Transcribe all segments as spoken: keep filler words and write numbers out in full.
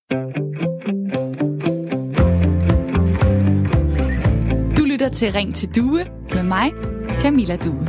Du lytter til Ring til Due med mig, Camilla Due.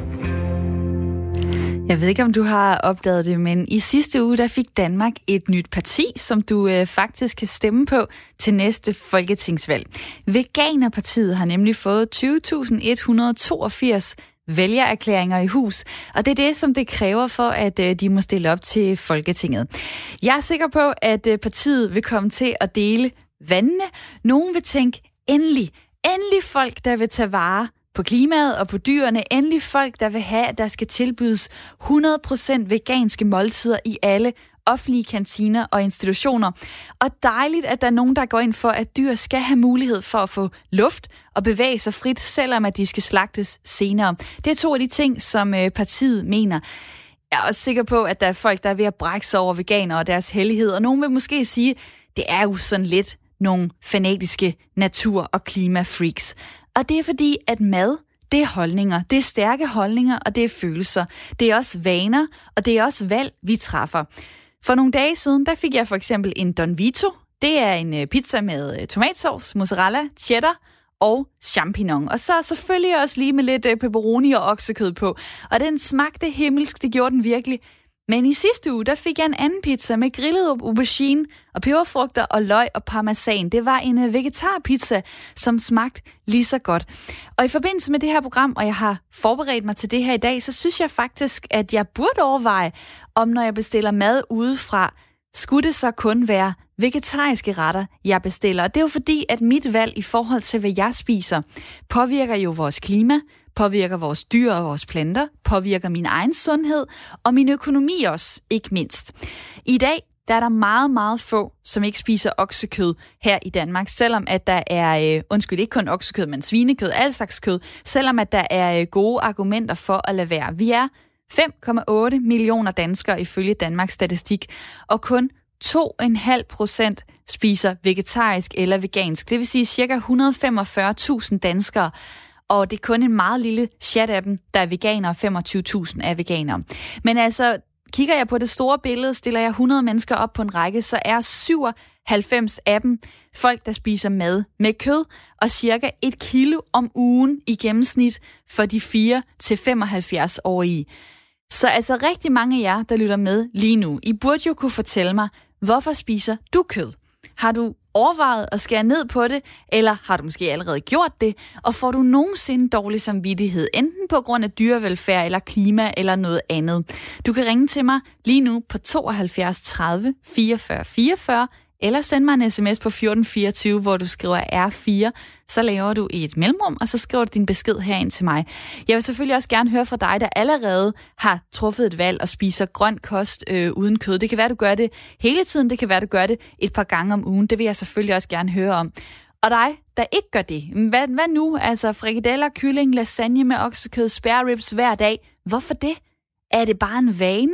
Jeg ved ikke, om du har opdaget det, men i sidste uge der fik Danmark et nyt parti, som du øh, faktisk kan stemme på til næste folketingsvalg. Veganerpartiet har nemlig fået tyve tusind et hundrede og toogfirs vælgererklæringer i hus, og det er det, som det kræver for, at øh, de må stille op til Folketinget. Jeg er sikker på, at øh, partiet vil komme til at dele vandene. Nogen vil tænke, endelig, endelig folk, der vil tage vare på klimaet og på dyrene. Endelig folk, der vil have, at der skal tilbydes hundrede procent veganske måltider i alle offentlige kantiner og institutioner. Og dejligt, at der er nogen, der går ind for, at dyr skal have mulighed for at få luft og bevæge sig frit, selvom at de skal slagtes senere. Det er to af de ting, som partiet mener. Jeg er også sikker på, at der er folk, der er ved at brække sig over veganer og deres hellighed. Og nogen vil måske sige, det er jo sådan lidt nogle fanatiske natur- og klimafreaks. Og det er fordi, at mad, det er holdninger. Det er stærke holdninger, og det er følelser. Det er også vaner, og det er også valg, vi træffer. For nogle dage siden, der fik jeg for eksempel en Don Vito. Det er en pizza med tomatsauce, mozzarella, cheddar og champignon. Og så selvfølgelig også lige med lidt pepperoni og oksekød på. Og den smagte himmelsk, det gjorde den virkelig. Men i sidste uge, der fik jeg en anden pizza med grillet aubergine og peberfrugter og løg og parmesan. Det var en vegetarpizza, som smagte lige så godt. Og i forbindelse med det her program, og jeg har forberedt mig til det her i dag, så synes jeg faktisk, at jeg burde overveje, om når jeg bestiller mad udefra, skulle det så kun være vegetariske retter, jeg bestiller. Og det er jo fordi, at mit valg i forhold til, hvad jeg spiser, påvirker jo vores klima, påvirker vores dyr og vores planter, påvirker min egen sundhed og min økonomi også, ikke mindst. I dag der er der meget, meget få, som ikke spiser oksekød her i Danmark, selvom at der er, øh, undskyld, ikke kun oksekød, men svinekød, al slags kød, selvom at der er øh, gode argumenter for at lade være. Vi er fem komma otte millioner danskere ifølge Danmarks Statistik, og kun to komma fem procent spiser vegetarisk eller vegansk. Det vil sige cirka et hundrede og femogfyrre tusind danskere, og det er kun en meget lille chat af dem, der er veganere, femogtyve tusind er veganere. Men altså, kigger jeg på det store billede, stiller jeg hundrede mennesker op på en række, så er syvoghalvfems af dem folk, der spiser mad med kød, og cirka et kilo om ugen i gennemsnit for de fire til femoghalvfjerds-årige. Så altså rigtig mange af jer, der lytter med lige nu, I burde jo kunne fortælle mig, hvorfor spiser du kød? Har du overvejet at skære ned på det, eller har du måske allerede gjort det, og får du nogensinde dårlig samvittighed, enten på grund af dyrevelfærd, eller klima, eller noget andet? Du kan ringe til mig lige nu på tooghalvfjerds tredive fireogfyrre fireogfyrre, eller send mig en sms på fjorten fireogtyve, hvor du skriver R fire, så laver du et mellemrum, og så skriver du din besked herind til mig. Jeg vil selvfølgelig også gerne høre fra dig, der allerede har truffet et valg og spiser grøn kost øh, uden kød. Det kan være, du gør det hele tiden, det kan være, du gør det et par gange om ugen. Det vil jeg selvfølgelig også gerne høre om. Og dig, der ikke gør det, hvad, hvad nu? Altså frikadeller, kylling, lasagne med oksekød, spare ribs hver dag. Hvorfor det? Er det bare en vane?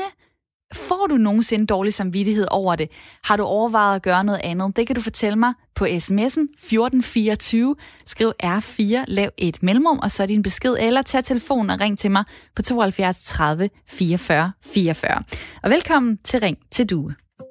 Får du nogensinde dårlig samvittighed over det? Har du overvejet at gøre noget andet? Det kan du fortælle mig på sms'en fjorten fireogtyve. Skriv R fire, lav et mellemrum, og så din besked, eller tag telefonen og ring til mig på tooghalvfjerds tredive fireogfyrre fireogfyrre. Og velkommen til Ring til Due.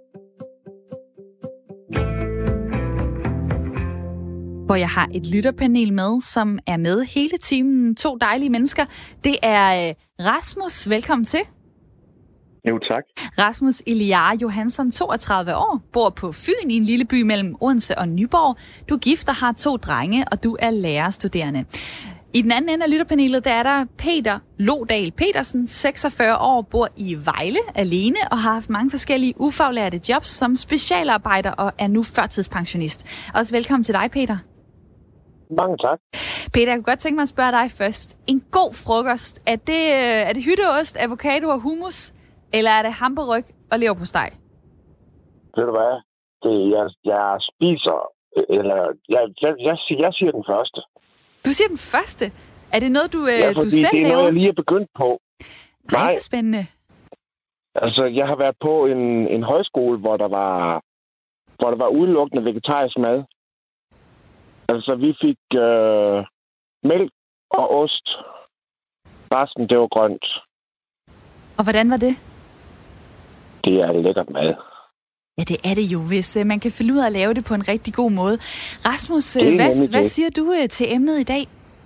Hvor jeg har et lytterpanel med, som er med hele timen. To dejlige mennesker. Det er Rasmus. Velkommen til. Jo, tak. Rasmus Eliar Johansson, toogtredive år, bor på Fyn i en lille by mellem Odense og Nyborg. Du er gift og har to drenge, og du er lærerstuderende. I den anden ende af lytterpanelet, der er der Peter Lodal Petersen, seksogfyrre år, bor i Vejle alene og har haft mange forskellige ufaglærte jobs som specialarbejder og er nu førtidspensionist. Også velkommen til dig, Peter. Mange tak. Peter, jeg kunne godt tænke mig at spørge dig først. En god frokost, er det, er det hytteost, avocado og hummus? Eller er det hamburgerryg og leverpostej? Ved du hvad? Det, jeg, jeg spiser... Eller, jeg, jeg, jeg, jeg siger den første. Du siger den første? Er det noget, du, ja, du selv laver? det er noget, jeg lige er begyndt på. Nej, det er spændende. Altså, jeg har været på en, en højskole, hvor der var hvor der var udelukkende vegetarisk mad. Altså, vi fik øh, mælk og ost. Resten, det var grønt. Og hvordan var det? Det er lækkert mad. Ja, det er det jo, hvis man kan finde ud af at lave det på en rigtig god måde. Rasmus, hvad, hvad siger du til emnet i dag?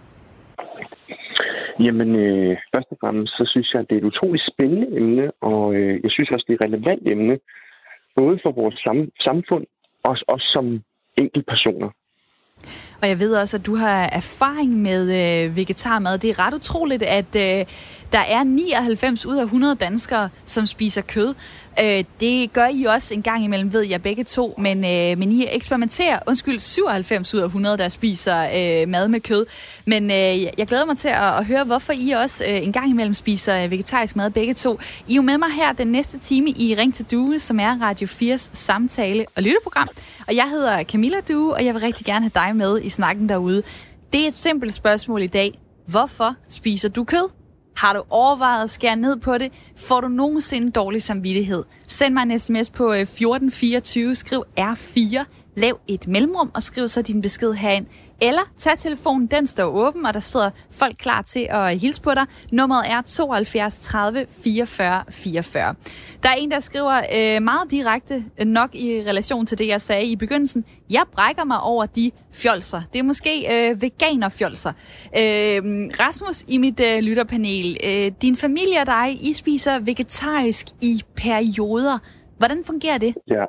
Jamen, øh, først og fremmest, så synes jeg, at det er et utroligt spændende emne, og øh, jeg synes også, det er et relevant emne, både for vores sam- samfund, og også som enkeltpersoner. Og jeg ved også, at du har erfaring med øh, vegetarmad. Det er ret utroligt, at øh, der er nioghalvfems ud af hundrede danskere, som spiser kød. Øh, det gør I også en gang imellem, ved jeg begge to, men, øh, men I eksperimenterer, undskyld, syvoghalvfems ud af hundrede, der spiser øh, mad med kød. Men øh, jeg glæder mig til at, at høre, hvorfor I også øh, en gang imellem spiser vegetarisk mad begge to. I er jo med mig her den næste time i Ring til Due, som er Radio fires samtale- og lytteprogram. Og jeg hedder Camilla Due, og jeg vil rigtig gerne have dig med i snakken derude. Det er et simpelt spørgsmål i dag. Hvorfor spiser du kød? Har du overvejet at skære ned på det? Får du nogensinde dårlig samvittighed? Send mig en sms på fjorten fireogtyve, skriv R fire, lav et mellemrum og skriv så din besked herind. Eller tag telefonen, den står åben, og der sidder folk klar til at hilse på dig. Nummeret er tooghalvfjerds tredive fireogfyrre fireogfyrre. Der er en, der skriver øh, meget direkte nok i relation til det, jeg sagde i begyndelsen. Jeg brækker mig over de fjolser. Det er måske øh, veganerfjolser. Øh, Rasmus i mit øh, lytterpanel, øh, din familie og dig, I spiser vegetarisk i perioder. Hvordan fungerer det? Ja.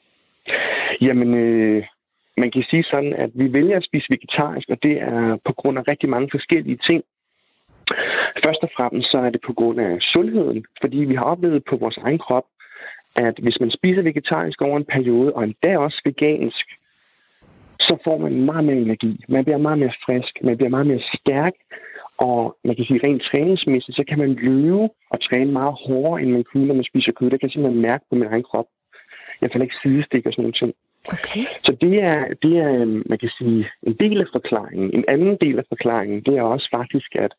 Jamen, øh, man kan sige sådan, at vi vælger at spise vegetarisk, og det er på grund af rigtig mange forskellige ting. Først og fremmest så er det på grund af sundheden, fordi vi har oplevet på vores egen krop, at hvis man spiser vegetarisk over en periode, og endda også vegansk, så får man meget mere energi. Man bliver meget mere frisk, man bliver meget mere stærk, og man kan sige rent træningsmæssigt, så kan man løbe og træne meget hårdere, end man kunne, når man spiser kød. Det kan jeg simpelthen mærke på min egen krop. Jeg får ikke sidestik og sådan noget ting. Okay. Så det er, det er, man kan sige, en del af forklaringen. En anden del af forklaringen, det er også faktisk, at,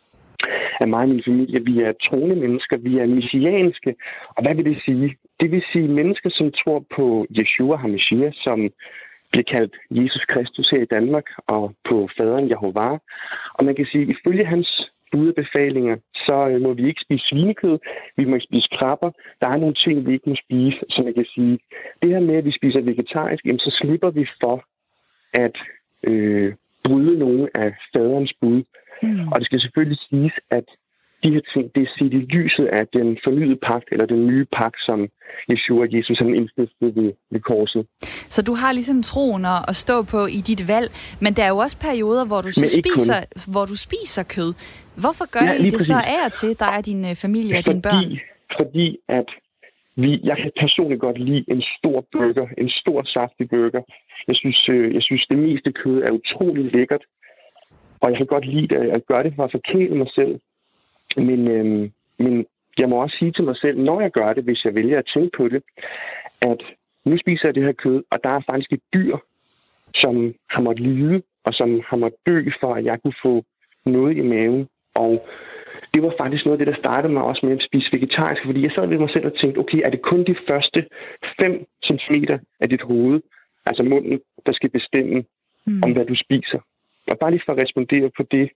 at mig og min familie, vi er troende mennesker, vi er messianske. Og hvad vil det sige? Det vil sige mennesker, som tror på Yeshua HaMashiach, som bliver kaldt Jesus Kristus her i Danmark, og på faderen Jehovah. Og man kan sige, ifølge hans budbefalinger, så må vi ikke spise svinekød, vi må ikke spise krabber. Der er nogle ting, vi ikke må spise, som jeg kan sige. Det her med, at vi spiser vegetarisk, jamen, så slipper vi for at øh, bryde nogle af faderens bud. Mm. Og det skal selvfølgelig siges, at de her ting, det er set i lyset af den fornyede pagt, eller den nye pagt, som Yeshua og Jesus han indstiftede ved, ved korset. Så du har ligesom troen at stå på i dit valg, men der er jo også perioder, hvor du, så spiser, hvor du spiser kød. Hvorfor gør ja, I det præcis. Så af og til, dig og din familie og fordi, dine børn? Fordi at vi, jeg kan personligt godt lide en stor burger, en stor saftig burger. Jeg synes, øh, jeg synes det meste kød er utrolig lækkert, og jeg kan godt lide at, at gøre det for at forkæle mig selv. Men, øhm, men jeg må også sige til mig selv, når jeg gør det, hvis jeg vælger at tænke på det, at nu spiser jeg det her kød, og der er faktisk et dyr, som har måttet lide, og som har måttet dø, for at jeg kunne få noget i maven. Og det var faktisk noget af det, der startede mig også med at spise vegetarisk, fordi jeg sad ved mig selv og tænkte, okay, er det kun de første fem centimeter af dit hoved, altså munden, der skal bestemme, mm. om hvad du spiser? Og bare lige for at respondere på det,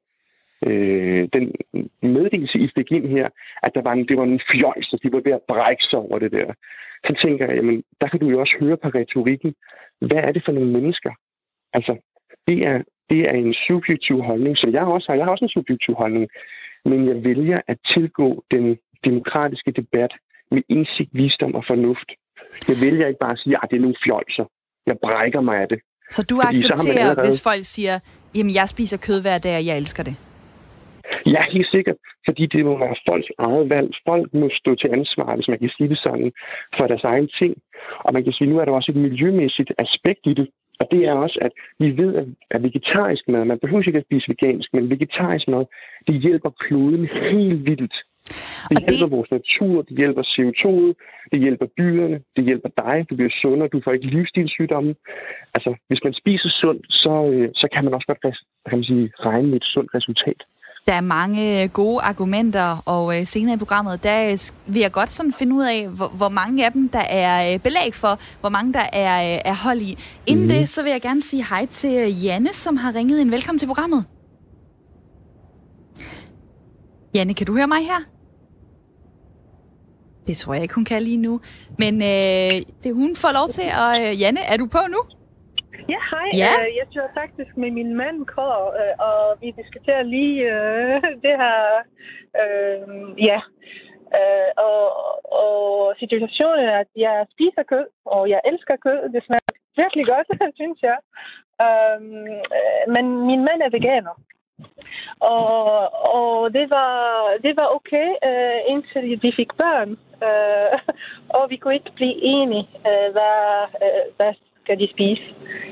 Øh, den meddelelse, I fik ind her, at der var en, det var en fjøjs, så de var ved at brække sig over det der. Så tænker jeg, jamen, der kan du jo også høre på retorikken, hvad er det for nogle mennesker? Altså, det er, det er en subjektiv holdning, som jeg også har. Jeg har også en subjektiv holdning, men jeg vælger at tilgå den demokratiske debat med indsigt, visdom og fornuft. Jeg vælger ikke bare at sige, at det er nogle fjøjser. Jeg brækker mig af det. Så du Fordi accepterer, så allerede... hvis folk siger, jamen, jeg spiser kød hver dag, og jeg elsker det? Ja, helt sikkert, fordi det må være folks eget valg. Folk må stå til ansvar, hvis man kan sige det sådan, for deres egen ting. Og man kan sige, nu er der også et miljømæssigt aspekt i det, og det er også, at vi ved, at vegetarisk mad, man behøver ikke at spise vegansk, men vegetarisk mad, det hjælper kloden helt vildt. Det og hjælper det... vores natur, det hjælper C O to, det hjælper dyrene, det hjælper dig, du bliver sundere, du får ikke livsstilssygdomme. Altså, hvis man spiser sundt, så, så kan man også godt kan man sige, regne med et sundt resultat. Der er mange gode argumenter, og øh, senere i programmet, der vil jeg godt sådan finde ud af, hvor, hvor mange af dem, der er øh, belæg for, hvor mange der er, øh, er hold i. Inden mm. det, så vil jeg gerne sige hej til Janne, som har ringet ind. Velkommen til programmet. Janne, kan du høre mig her? Det tror jeg ikke, hun kan lige nu. Men øh, det, hun får lov til. Og øh, Janne, er du på nu? Ja, hej. Ja? Uh, jeg tror faktisk med min mand, Kåre, uh, og vi diskuterer lige uh, det her. Uh, ja. Uh, og, og situationen er, at jeg spiser kød, og jeg elsker kød. Det smager virkelig godt, synes jeg. Uh, men min mand er veganer. Og, og det var det var okay, uh, indtil vi fik børn. Uh, og vi kunne ikke blive enige, uh, hvad, uh, hvad skal de spise.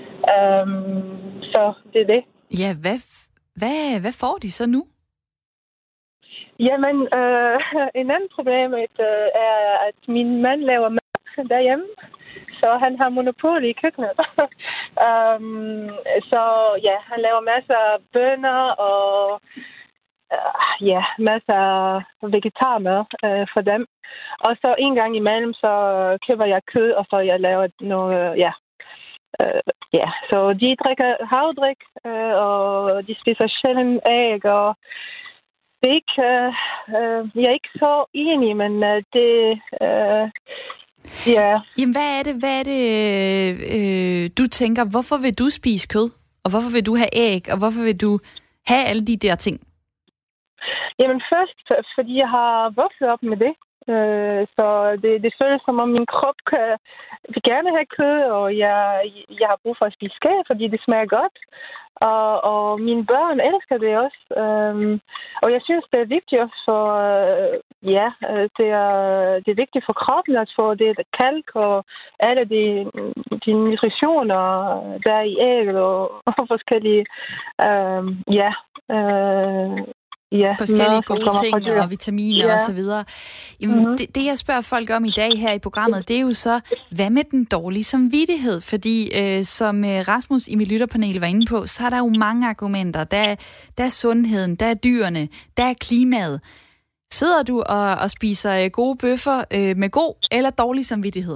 Um, så det er det. Ja, hvad, hvad, hvad får de så nu? Jamen, uh, en anden problem uh, er, at min mand laver mad derhjemme. Så han har monopol i køkkenet. um, så ja, han laver masser af bønner og uh, ja, masser af vegetarmad uh, for dem. Og så en gang imellem, så køber jeg kød, og så jeg laver noget, ja. Uh, ja, så de drikker havdrik, uh, og de spiser sjældent æg, og det er ikke, uh, uh, jeg er ikke så enig, men uh, det, uh, ja. Jamen, hvad er det, hvad er det øh, du tænker, hvorfor vil du spise kød? Og hvorfor vil du have æg? Og hvorfor vil du have alle de der ting? Jamen først, fordi jeg har vokset op med det. Uh, så det, det føles som om min krop kan, vil gerne have kød, og jeg, jeg har brug for at spise skæg, fordi det smager godt. Og, og mine børn elsker det også. Um, og jeg synes, det er vigtigt også for, uh, ja, det er, det er vigtigt for kroppen at få det kalk og alle de, de nutritioner, der er i æg og, og forskellige, um, ja, uh, Ja, forskellige gode ting og vitaminer ja. og så videre. Jamen, mm-hmm. det, det, jeg spørger folk om i dag her i programmet, det er jo så, hvad med den dårlige samvittighed? Fordi øh, som Rasmus i mit lytterpanel var inde på, så er der jo mange argumenter. Der, der er sundheden, der er dyrene, der er klimaet. Sidder du og, og spiser gode bøffer øh, med god eller dårlig samvittighed?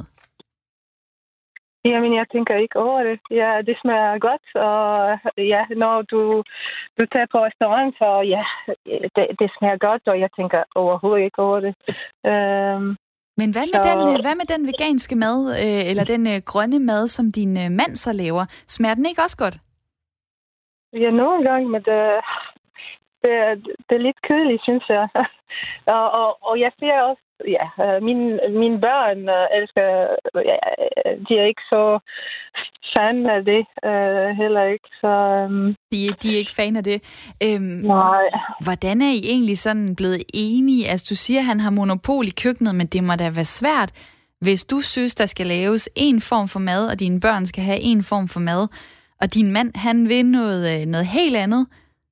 Jamen, jeg tænker ikke over det. Ja, det smager godt, og ja, når du, du tager på restaurant, så ja, det, det smager godt, og jeg tænker overhovedet ikke over det. Um, Men hvad med, så... den, hvad med den veganske mad, øh, eller den øh, grønne mad, som din øh, mand så laver? Smager den ikke også godt? Ja, nogle gange, men det, det, det er lidt kedeligt, synes jeg. og, og, og jeg ser også, ja, mine, mine børn elsker, ja, de er ikke så fan af det, uh, heller ikke. Så, um... de, de er ikke fan af det. Øhm, Nej. Hvordan er I egentlig sådan blevet enige? Altså, du siger, at han har monopol i køkkenet, men det må da være svært, hvis du synes, der skal laves en form for mad, og dine børn skal have en form for mad, og din mand, han vil noget, noget helt andet.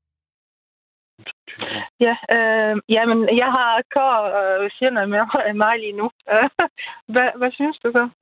Ja, øh, jamen, jeg har Kåre øh, siger noget med mig lige nu. hvad, hvad synes du så?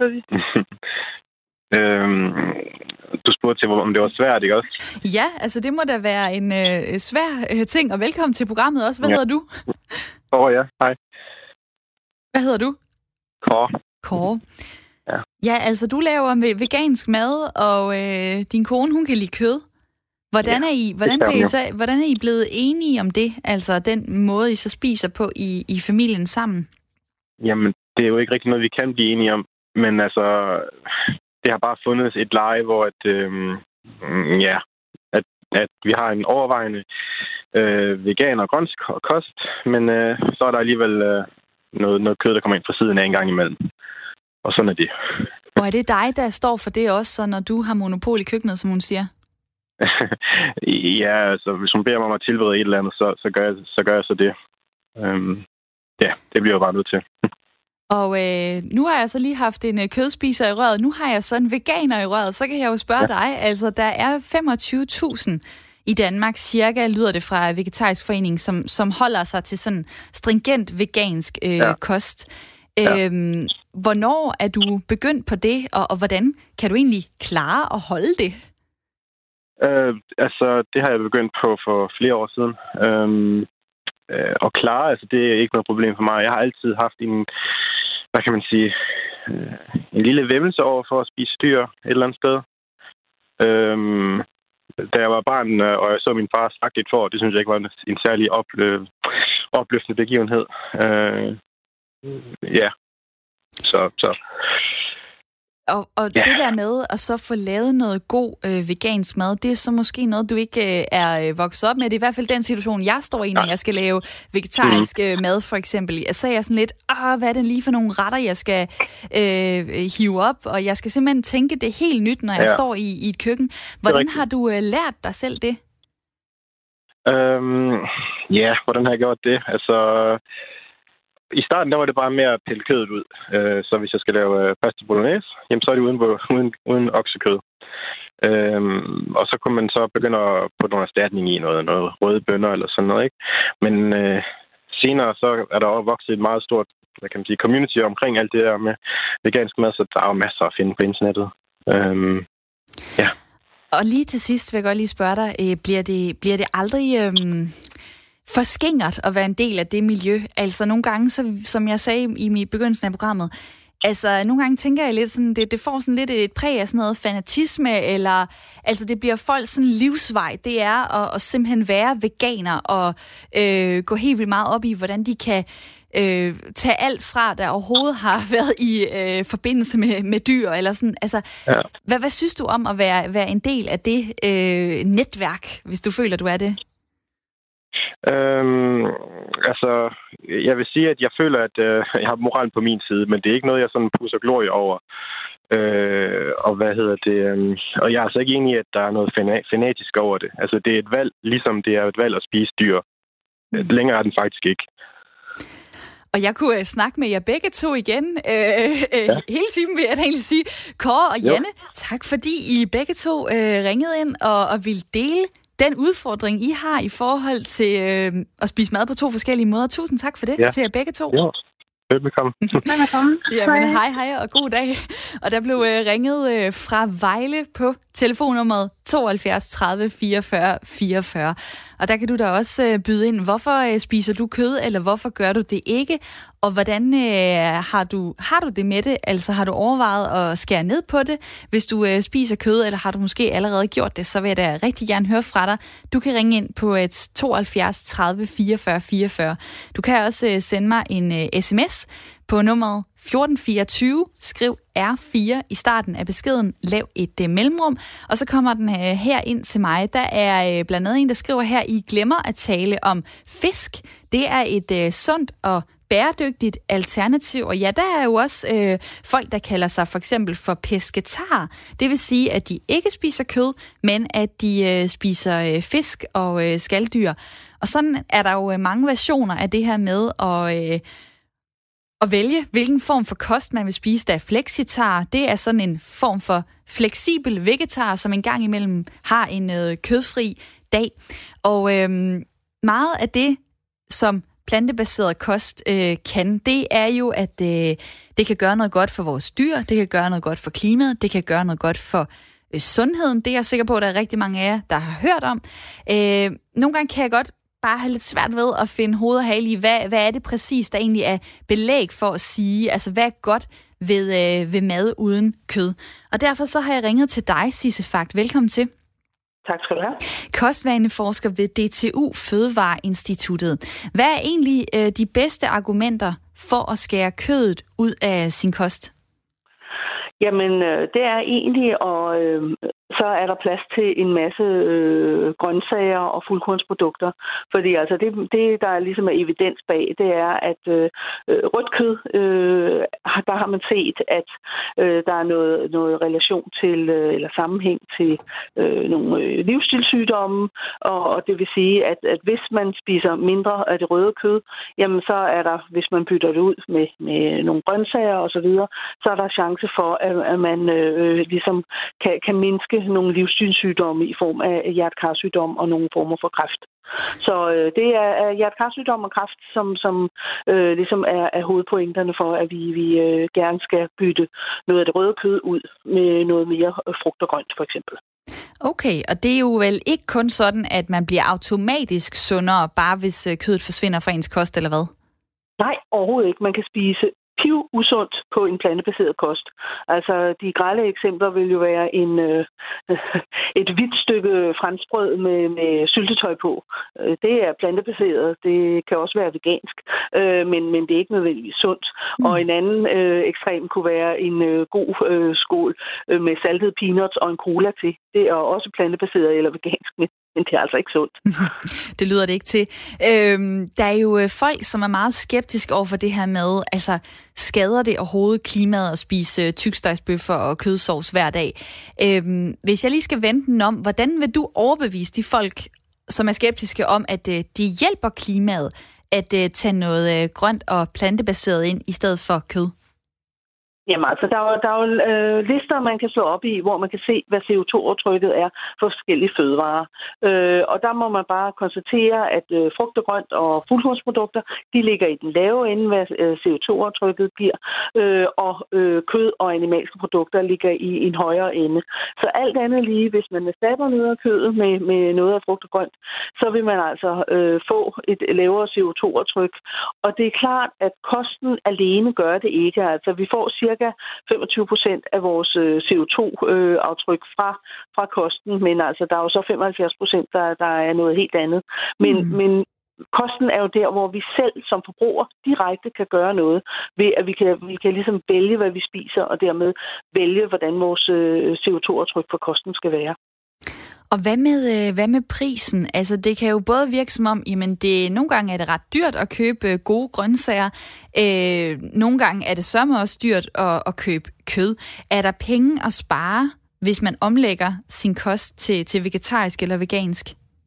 øhm, du spurgte til, om det var svært, ikke også? Ja, altså det må da være en øh, svær øh, ting, og velkommen til programmet også. Hvad ja. hedder du? Kåre, ja. Hej. Hvad hedder du? Kåre. Kåre. Ja. Ja, altså du laver vegansk mad, og øh, din kone, hun kan lide kød. Hvordan er I, hvordan er I, så, hvordan er I blevet enige om det? Altså den måde, I så spiser på i, i familien sammen? Jamen, det er jo ikke rigtig noget, vi kan blive enige om. Men altså, det har bare fundet et leje, hvor at, øh, ja, at, at vi har en overvejende øh, vegan- og grønsk kost, men øh, så er der alligevel øh, noget, noget kød, der kommer ind fra siden af en gang imellem. Og sådan er det. Og er det dig, der står for det også, så når du har monopol i køkkenet, som hun siger? Ja, altså, hvis hun beder mig om at tilberede et eller andet, så, så, gør, jeg, så gør jeg så det. Øhm, ja, det bliver jeg bare nødt til. Og øh, nu har jeg så lige haft en øh, kødspiser i røret. Nu har jeg så en veganer i røret. Så kan jeg jo spørge ja. dig. Altså, der er femogtyve tusind i Danmark, cirka, lyder det fra Vegetarisk Forening, som, som holder sig til sådan stringent vegansk øh, ja. kost. Ja. Øhm, hvornår er du begyndt på det, og, og hvordan kan du egentlig klare at holde det? Øh, altså, det har jeg begyndt på for flere år siden. Øhm, øh, og klare, altså, det er ikke noget problem for mig. Jeg har altid haft en, hvad kan man sige, øh, en lille væmmelse over for at spise dyr et eller andet sted. Øhm, da jeg var barn, og jeg så min far slagte et får, det synes jeg ikke var en, en særlig oplø- opløftende begivenhed. Øh, ja. Så, så. Og, og yeah. det der med at så få lavet noget god øh, vegansk mad, det er så måske noget, du ikke øh, er øh, vokset op med. Det er i hvert fald den situation, jeg står i, når jeg skal lave vegetarisk øh, mad, for eksempel. Så er jeg sådan lidt, ah, hvad er det lige for nogle retter, jeg skal øh, hive op? Og jeg skal simpelthen tænke det helt nyt, når jeg ja. står i, i et køkken. Hvordan har du øh, lært dig selv det? Øhm, ja, hvordan har jeg gjort det? Altså... I starten, der var det bare mere at pille kødet ud. Øh, så hvis jeg skal lave øh, pasta bolognese, jamen, så er det uden, uden, uden oksekød. Øhm, og så kunne man så begynde at putte nogle erstatning i noget, noget røde bønner eller sådan noget, ikke? Men øh, senere så er der også vokset et meget stort, hvad kan man sige, community omkring alt det der med vegansk mad, så der er jo masser at finde på internettet. Øhm, ja. Og lige til sidst vil jeg godt lige spørge dig, øh, bliver, det, bliver det aldrig... Øh... for skingert at være en del af det miljø. Altså nogle gange, så, som jeg sagde i, i begyndelsen af programmet, altså nogle gange tænker jeg lidt sådan, det, det får sådan lidt et præg af sådan noget fanatisme, eller altså det bliver folks sådan livsvej. Det er at, at simpelthen være veganer og øh, gå helt vildt meget op i, hvordan de kan øh, tage alt fra, der overhovedet har været i øh, forbindelse med, med dyr, eller sådan. Altså, ja. hvad, hvad synes du om at være, være en del af det øh, netværk, hvis du føler, du er det? Øhm, altså, jeg vil sige, at jeg føler, at øh, jeg har moralen på min side, men det er ikke noget, jeg sådan pusser glorie over. Øh, og hvad hedder det? Øh, og jeg er altså ikke enig i, at der er noget fanatisk over det. Altså, det er et valg, ligesom det er et valg at spise dyr. Mm. Længere er den faktisk ikke. Og jeg kunne uh, snakke med jer begge to igen. Øh, øh, ja. Hele timen vil jeg da egentlig sige. Kåre og Janne, jo. Tak fordi I begge to øh, ringede ind og, og ville dele den udfordring, I har i forhold til øh, at spise mad på to forskellige måder. Tusind tak for det ja. til jer begge to. Ja. Velbekomme. Velbekomme. Jamen, hej, hej og god dag. Og der blev øh, ringet øh, fra Vejle på telefonnummeret tooghalvfjerds tredive fireogfyrre fireogfyrre. Og der kan du da også øh, byde ind, hvorfor øh, spiser du kød, eller hvorfor gør du det ikke? Og hvordan øh, har, du, har du det med det? Altså har du overvejet at skære ned på det, hvis du øh, spiser kød, eller har du måske allerede gjort det, så vil jeg da rigtig gerne høre fra dig. Du kan ringe ind på et tooghalvfjerds tredive fireogfyrre fireogfyrre. Du kan også øh, sende mig en øh, sms på nummeret fjorten fireogtyve. Skriv R fire i starten af beskeden. Lav et øh, mellemrum, og så kommer den øh, her ind til mig. Der er øh, blandt andet en, der skriver her, I glemmer at tale om fisk. Det er et øh, sundt og bæredygtigt alternativ, og ja, der er jo også øh, folk, der kalder sig for eksempel for pesketar. Det vil sige, at de ikke spiser kød, men at de øh, spiser øh, fisk og øh, skaldyr. Og sådan er der jo øh, mange versioner af det her med at, øh, at vælge, hvilken form for kost man vil spise. Der er flexitar, det er sådan en form for fleksibel vegetar, som en gang imellem har en øh, kødfri dag. Og øh, meget af det, som plantebaseret kost øh, kan, det er jo, at øh, det kan gøre noget godt for vores dyr, det kan gøre noget godt for klimaet, det kan gøre noget godt for øh, sundheden. Det er jeg sikker på, at der er rigtig mange af jer, der har hørt om. Øh, nogle gange kan jeg godt bare have lidt svært ved at finde hoved og hale i, hvad, hvad er det præcis, der egentlig er belæg for at sige, altså hvad er godt ved, øh, ved mad uden kød. Og derfor så har jeg ringet til dig, Sisse Fagt. Velkommen til. Tak skal du have. Kostvaneforsker ved D T U Fødevareinstituttet. Hvad er egentlig øh, de bedste argumenter for at skære kødet ud af sin kost? Jamen, øh, det er egentlig, og øh, så er der plads til en masse øh, grøntsager og fuldkornsprodukter. Fordi altså det, det, der er ligesom er evidens bag, det er, at øh, rødt kød, øh, der har man set, at øh, der er noget, noget relation til, øh, eller sammenhæng til øh, nogle øh, livsstilssygdomme. Og, og det vil sige, at, at hvis man spiser mindre af det røde kød, jamen så er der, hvis man bytter det ud med, med nogle grøntsager osv., så, så er der chance for, at, at man øh, ligesom kan, kan mindske nogle livsstilssygdomme i form af hjertekarsygdom og nogle former for kræft. Så øh, det er hjertekarsygdom og kræft, som, som øh, ligesom er, er hovedpointerne for, at vi, vi øh, gerne skal bytte noget af det røde kød ud med noget mere frugt og grønt, for eksempel. Okay, og det er jo vel ikke kun sådan, at man bliver automatisk sundere, bare hvis kødet forsvinder fra ens kost, eller hvad? Nej, overhovedet ikke. Man kan spise piv usundt på en plantebaseret kost. Altså, de grelle eksempler vil jo være en, øh, et hvidt stykke franskbrød med, med syltetøj på. Det er plantebaseret. Det kan også være vegansk, øh, men, men det er ikke nødvendigvis sundt. Mm. Og en anden øh, ekstrem kunne være en øh, god øh, skål øh, med saltede peanuts og en cola til. Det er også plantebaseret eller vegansk, men men det er altså ikke sundt. Det lyder det ikke til. Øhm, der er jo folk, som er meget skeptiske over for det her med, altså skader det overhovedet klimaet at spise tykstejsbøffer og kødsovs hver dag? Øhm, hvis jeg lige skal vende den om, hvordan vil du overbevise de folk, som er skeptiske om, at øh, de hjælper klimaet at øh, tage noget øh, grønt og plantebaseret ind i stedet for kød? Jamen altså, der er jo, der er jo øh, lister, man kan slå op i, hvor man kan se, hvad C O to-aftrykket er for forskellige fødevarer. Øh, og der må man bare konstatere, at øh, frugt og grønt og fuldkornsprodukter, de ligger i den lave ende, hvad øh, C O to-aftrykket bliver, øh, og øh, kød og animalske produkter ligger i en højere ende. Så alt andet lige, hvis man erstatter noget af kødet med, med noget af frugt og grønt, så vil man altså øh, få et lavere C O to-aftryk. Og det er klart, at kosten alene gør det ikke. Altså, vi får cirka femogtyve procent af vores C O to-aftryk fra, fra kosten, men altså, der er jo så femoghalvfjerds procent, der, der er noget helt andet. Men, mm. men kosten er jo der, hvor vi selv som forbruger direkte kan gøre noget, ved at vi kan, vi kan ligesom vælge, hvad vi spiser, og dermed vælge, hvordan vores C O to-aftryk på kosten skal være. Og hvad med, hvad med prisen? Altså, det kan jo både virke som om, jamen, det, nogle gange er det ret dyrt at købe gode grøntsager. Øh, nogle gange er det sørme også dyrt at, at købe kød. Er der penge at spare, hvis man omlægger sin kost til, til vegetarisk eller vegansk?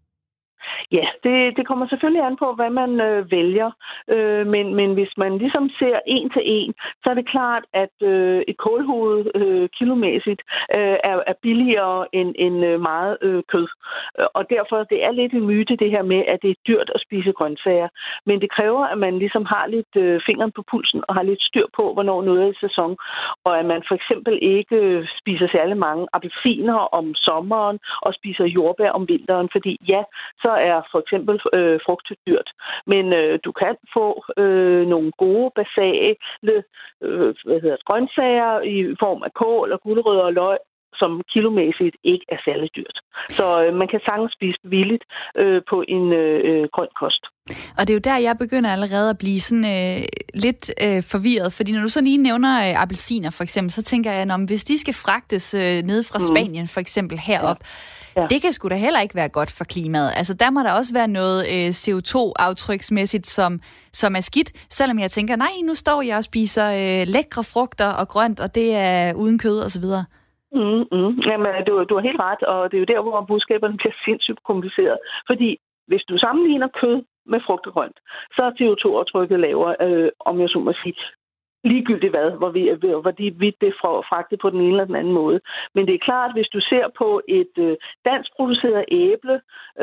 Ja, det, det kommer selvfølgelig an på, hvad man øh, vælger. Øh, men, men hvis man ligesom ser en til en, så er det klart, at øh, et kålhoved øh, kilomæssigt øh, er, er billigere end, end øh, meget øh, kød. Og derfor det er lidt en myte, det her med, at det er dyrt at spise grøntsager. Men det kræver, at man ligesom har lidt øh, fingeren på pulsen og har lidt styr på, hvornår noget er i sæson. Og at man for eksempel ikke øh, spiser særlig mange appelsiner om sommeren og spiser jordbær om vinteren. Fordi ja, så er for eksempel øh, frugt dyrt. Men øh, du kan få øh, nogle gode, basale øh, hvad hedder det, grøntsager i form af kål og gulerødder og løg, som kilomæssigt ikke er særlig dyrt. Så øh, man kan sagtens spise billigt øh, på en øh, grøn kost. Og det er jo der, jeg begynder allerede at blive sådan øh, lidt øh, forvirret, fordi når du så lige nævner øh, appelsiner for eksempel, så tænker jeg, at hvis de skal fragtes øh, ned fra Spanien for eksempel herop, ja. Ja. Det kan sgu da heller ikke være godt for klimaet. Altså der må der også være noget øh, C O to-aftryksmæssigt, som, som er skidt, selvom jeg tænker, nej, nu står jeg og spiser øh, lækre frugter og grønt, og det er uden kød og så videre. Mm, mm. Jamen, du, du har helt ret, og det er jo der, hvor budskaberne bliver sindssygt kompliceret. Fordi hvis du sammenligner kød med frugt og grønt, så er C O to-aftrykket lavere, øh, om jeg så må sige, ligegyldigt hvad, hvor vi, hvor de vidt det er fragtet på den ene eller den anden måde. Men det er klart, hvis du ser på et øh, dansk produceret æble,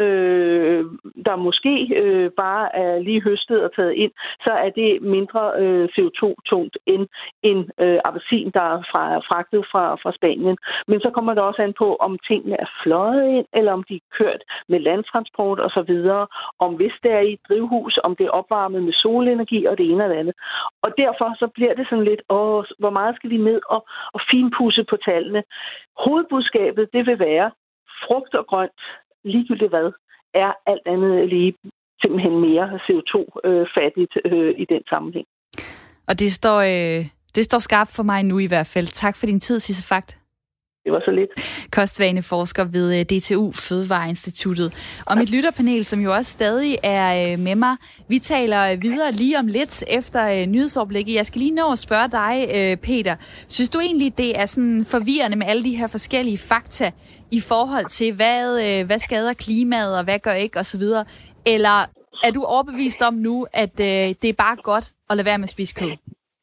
øh, der måske øh, bare er lige høstet og taget ind, så er det mindre øh, C O to-tungt end en øh, appelsin, der er fra, fragtet fra, fra Spanien. Men så kommer det også an på, om tingene er fløjet ind, eller om de er kørt med landtransport osv., om hvis det er i et drivhus, om det er opvarmet med solenergi og det ene eller andet. Og derfor så bliver det sådan lidt, åh, hvor meget skal vi ned og, og finpudse på tallene. Hovedbudskabet, det vil være, frugt og grønt, ligegyldigt hvad, er alt andet lige simpelthen mere C O to-fattigt øh, i den sammenhæng. Og det står, øh, det står skarpt for mig nu i hvert fald. Tak for din tid, Sisse Fagt. Det var så lidt. Kostvaneforsker ved D T U Fødevareinstituttet. Og mit lytterpanel, som jo også stadig er med mig, vi taler videre lige om lidt efter nyhedsoverblikket. Jeg skal lige nå at spørge dig, Peter. Synes du egentlig, det er sådan forvirrende med alle de her forskellige fakta i forhold til, hvad, hvad skader klimaet, og hvad gør ikke, osv.? Eller er du overbevist om nu, at det er bare godt at lade være med at spise kød?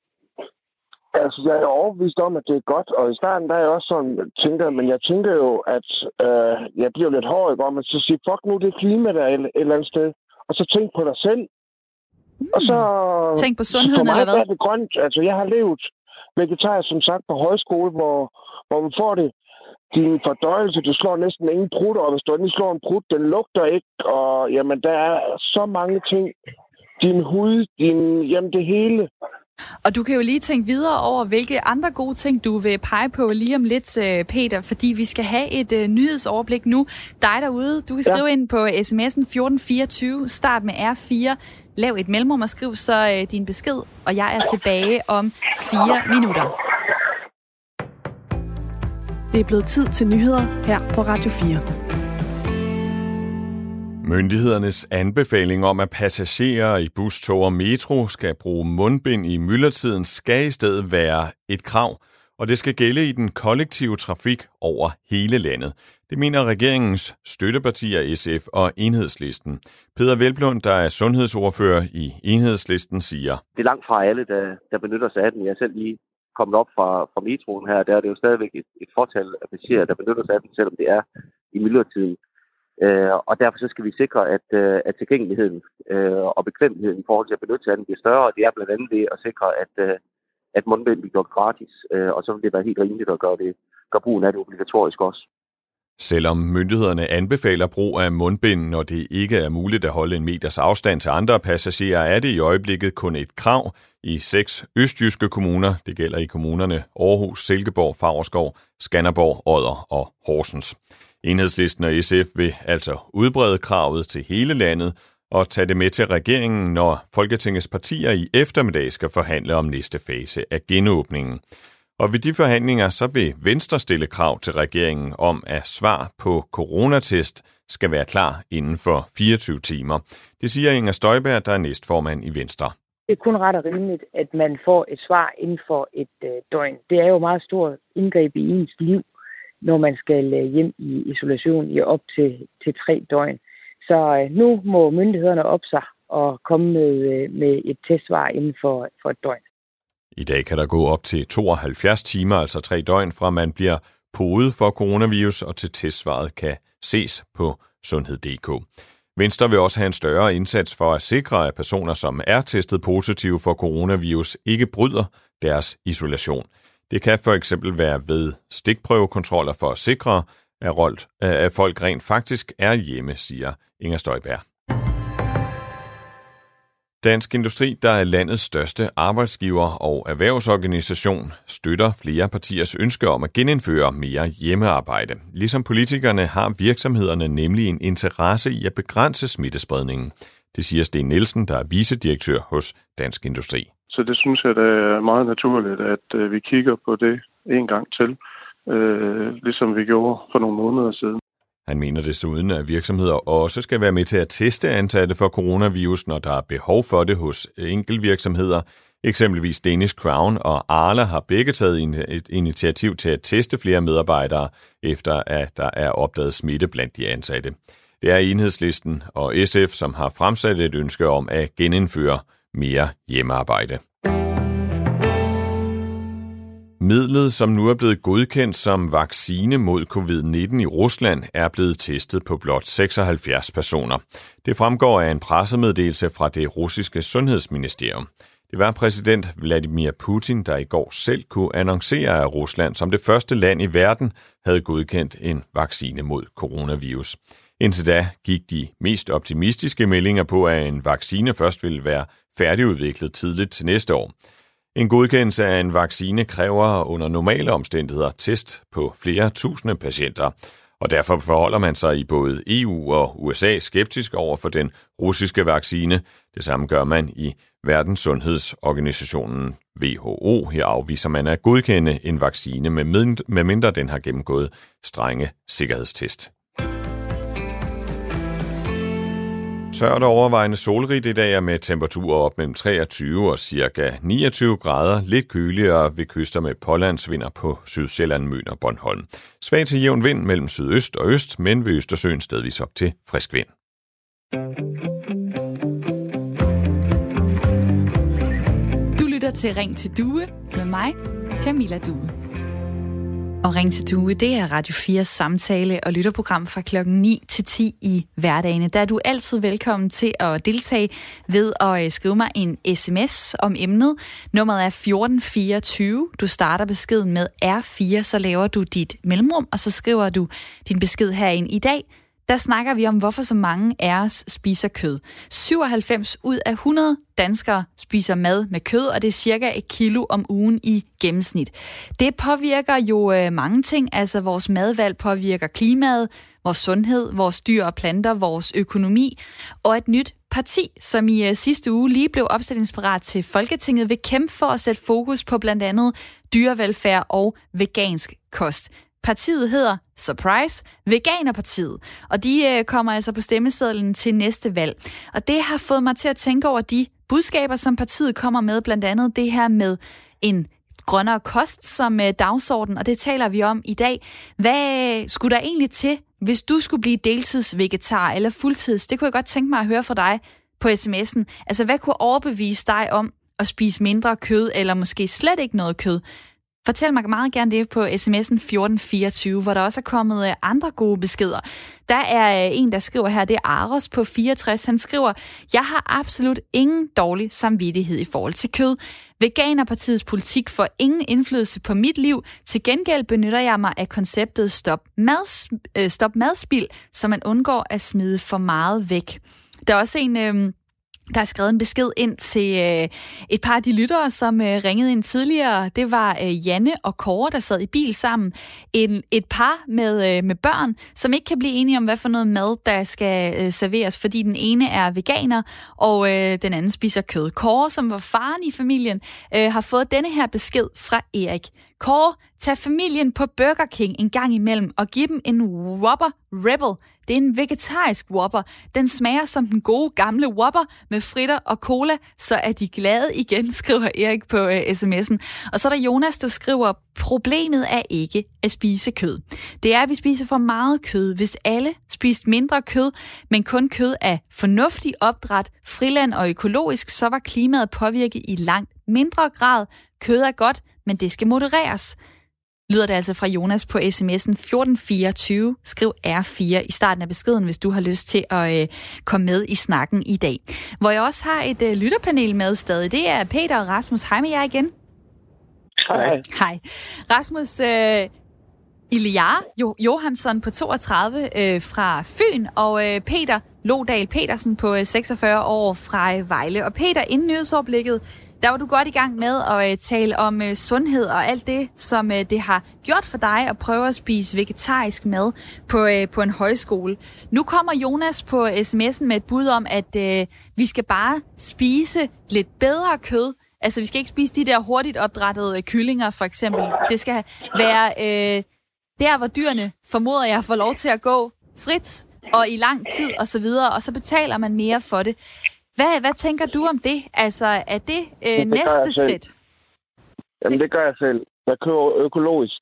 Altså, jeg er overbevist om, at det er godt, og i starten der er jeg også sådan, tænker, men jeg tænker jo, at øh, jeg bliver lidt hård, ikke? Om at så sige, fuck nu, det er klima der et, et eller andet sted, og så tænk på dig selv. Mm. Og så... Tænk på sundheden, eller hvad? For mig er det grønt. Altså, jeg har levet vegetarisk, som sagt, på højskole, hvor, hvor man får det, din fordøjelse, du slår næsten ingen prut, og hvis du endelig slår en prut, den lugter ikke, og jamen, der er så mange ting. Din hud, din, jamen det hele... Og du kan jo lige tænke videre over, hvilke andre gode ting, du vil pege på lige om lidt, Peter, fordi vi skal have et uh, nyhedsoverblik nu. Dig derude, du kan skrive ja. ind på sms'en fjorten fireogtyve, start med R fire, lav et mellemrum og skriv så uh, din besked, og jeg er tilbage om fire minutter. Det er blevet tid til nyheder her på Radio fire. Myndighedernes anbefaling om, at passagerer i bus, tog og metro skal bruge mundbind i myldretiden, skal i stedet være et krav, og det skal gælde i den kollektive trafik over hele landet. Det mener regeringens støttepartier S F og Enhedslisten. Peter Hvelplund, der er sundhedsordfører i Enhedslisten, siger: Det er langt fra alle, der, der benytter sig af den. Jeg er selv lige kommet op fra, fra metroen her. Der er det jo stadigvæk et, et fortal af passagerer, der benytter sig af den, selvom det er i myldretiden. Øh, og derfor så skal vi sikre, at, øh, at tilgængeligheden øh, og bekvemmeligheden i forhold til at benytte sig af den bliver større. Og det er blandt andet det at sikre, at, øh, at mundbind bliver gjort gratis. Øh, og så vil det være helt rimeligt at gøre, det, gøre brugen af det obligatorisk også. Selvom myndighederne anbefaler brug af mundbind, når det ikke er muligt at holde en meters afstand til andre passagerer, er det i øjeblikket kun et krav i seks østjyske kommuner. Det gælder i kommunerne Aarhus, Silkeborg, Favrskov, Skanderborg, Odder og Horsens. Enhedslisten og S F vil altså udbrede kravet til hele landet og tage det med til regeringen, når Folketingets partier i eftermiddag skal forhandle om næste fase af genåbningen. Og ved de forhandlinger så vil Venstre stille krav til regeringen om, at svar på coronatest skal være klar inden for fireogtyve timer. Det siger Inger Støjberg, der er næstformand i Venstre. Det er kun ret og rimeligt, at man får et svar inden for et øh, døgn. Det er jo meget stort indgreb i ens liv, når man skal øh, hjem i isolation i op til, til tre døgn. Så øh, nu må myndighederne op sig og komme med, øh, med et testsvar inden for, for et døgn. I dag kan der gå op til tooghalvfjerds timer, altså tre døgn, fra man bliver podet for coronavirus, og til testsvaret kan ses på sundhed punktum d k. Venstre vil også have en større indsats for at sikre, at personer, som er testet positive for coronavirus, ikke bryder deres isolation. Det kan for eksempel være ved stikprøvekontroller for at sikre, at folk rent faktisk er hjemme, siger Inger Støjberg. Dansk Industri, der er landets største arbejdsgiver og erhvervsorganisation, støtter flere partiers ønske om at genindføre mere hjemmearbejde. Ligesom politikerne har virksomhederne nemlig en interesse i at begrænse smittespredningen. Det siger Sten Nielsen, der er vicedirektør hos Dansk Industri. Så det synes jeg, det er meget naturligt, at vi kigger på det en gang til, øh, ligesom vi gjorde for nogle måneder siden. Han mener desuden, at virksomheder også skal være med til at teste ansatte for coronavirus, når der er behov for det hos enkeltvirksomheder. Eksempelvis Danish Crown og Arla har begge taget et initiativ til at teste flere medarbejdere, efter at der er opdaget smitte blandt de ansatte. Det er Enhedslisten og S F, som har fremsat et ønske om at genindføre mere hjemmearbejde. Midlet, som nu er blevet godkendt som vaccine mod covid nitten i Rusland, er blevet testet på blot seksoghalvfjerds personer. Det fremgår af en pressemeddelelse fra det russiske sundhedsministerium. Det var præsident Vladimir Putin, der i går selv kunne annoncere, at Rusland som det første land i verden havde godkendt en vaccine mod coronavirus. Indtil da gik de mest optimistiske meldinger på, at en vaccine først ville være færdigudviklet tidligt til næste år. En godkendelse af en vaccine kræver under normale omstændigheder test på flere tusinde patienter, og derfor forholder man sig i både E U og U S A skeptisk over for den russiske vaccine. Det samme gør man i Verdenssundhedsorganisationen W H O. Her afviser man at godkende en vaccine, medmindre den har gennemgået strenge sikkerhedstest. Tørt og overvejende solrigt i dag med temperaturer op mellem treogtyve og ca. niogtyve grader. Lidt køligere ved kyster med pålandsvinder på Sydsjælland, Møn og Bornholm. Svag til jævn vind mellem sydøst og øst, men ved Østersøen stedvis op til frisk vind. Du lytter til Ring til Due med mig, Camilla Due. Og Ring til Due, det er Radio fires samtale- og lytterprogram fra klokken ni til ti i hverdagene. Der er du altid velkommen til at deltage ved at skrive mig en sms om emnet. Nummeret er fjorten fireogtyve. Du starter beskeden med R fire, så laver du dit mellemrum, og så skriver du din besked herind i dag. der snakker vi om, hvorfor så mange af os spiser kød. syvoghalvfems ud af hundrede danskere spiser mad med kød, og det er cirka et kilo om ugen i gennemsnit. Det påvirker jo øh, mange ting, altså vores madvalg påvirker klimaet, vores sundhed, vores dyr og planter, vores økonomi, og et nyt parti, som i øh, sidste uge lige blev opstillingsparat til Folketinget, vil kæmpe for at sætte fokus på blandt andet dyrevelfærd og vegansk kost. Partiet hedder, surprise, Veganerpartiet, og de øh, kommer altså på stemmesedlen til næste valg. Og det har fået mig til at tænke over de budskaber, som partiet kommer med, blandt andet det her med en grønnere kost som øh, dagsorden, og det taler vi om i dag. Hvad skulle der egentlig til, hvis du skulle blive deltidsvegetar eller fuldtids? Det kunne jeg godt tænke mig at høre fra dig på sms'en. Altså, hvad kunne overbevise dig om at spise mindre kød, eller måske slet ikke noget kød? Fortæl mig meget gerne det på sms'en fjorten fireogtyve, hvor der også er kommet andre gode beskeder. Der er en, der skriver her, det er Aros på fireogtres. Han skriver, jeg har absolut ingen dårlig samvittighed i forhold til kød. Veganerpartiets politik får ingen indflydelse på mit liv. Til gengæld benytter jeg mig af konceptet stop, mads, øh, stop madspild, så man undgår at smide for meget væk. Der er også en... Øh, Der er skrevet en besked ind til øh, et par af de lyttere, som øh, ringede ind tidligere. Det var øh, Janne og Kåre, der sad i bil sammen. En, et par med, øh, med børn, som ikke kan blive enige om, hvad for noget mad, der skal øh, serveres, fordi den ene er veganer, og øh, den anden spiser kød. Kåre, som var faren i familien, øh, har fået denne her besked fra Erik. Kåre, tag familien på Burger King en gang imellem og giv dem en Whopper Rebel. Det er en vegetarisk Whopper. Den smager som den gode gamle Whopper med fritter og cola, så er de glade igen, skriver Erik på øh, sms'en. Og så er der Jonas, der skriver, problemet er ikke at spise kød. Det er, at vi spiser for meget kød. Hvis alle spiste mindre kød, men kun kød af fornuftig opdræt, friland og økologisk, så var klimaet påvirket i langt mindre grad. Kød er godt, men det skal modereres. Lyder det altså fra Jonas på sms'en fjorten fireogtyve. Skriv R fire i starten af beskeden, hvis du har lyst til at øh, komme med i snakken i dag. Hvor jeg også har et øh, lytterpanel med stadig. Det er Peter og Rasmus. Hej med jer igen. Hej. Hej. Rasmus øh, Iliar jo, Johansson på toogtredive øh, fra Fyn, og øh, Peter Lodal Petersen på øh, seksogfyrre år fra øh, Vejle. Og Peter, inden nyhedsoverblikket, der var du godt i gang med at uh, tale om uh, sundhed og alt det, som uh, det har gjort for dig at prøve at spise vegetarisk mad på, uh, på en højskole. Nu kommer Jonas på sms'en med et bud om, at uh, vi skal bare spise lidt bedre kød. Altså, vi skal ikke spise de der hurtigt opdrættede uh, kyllinger, for eksempel. Det skal være uh, der, hvor dyrene, formoder jeg, får lov til at gå frit og i lang tid osv., og, og så betaler man mere for det. Hvad, hvad tænker du om det? Altså, er det, øh, det næste skridt? Jamen, det gør jeg selv. Jeg køber økologisk.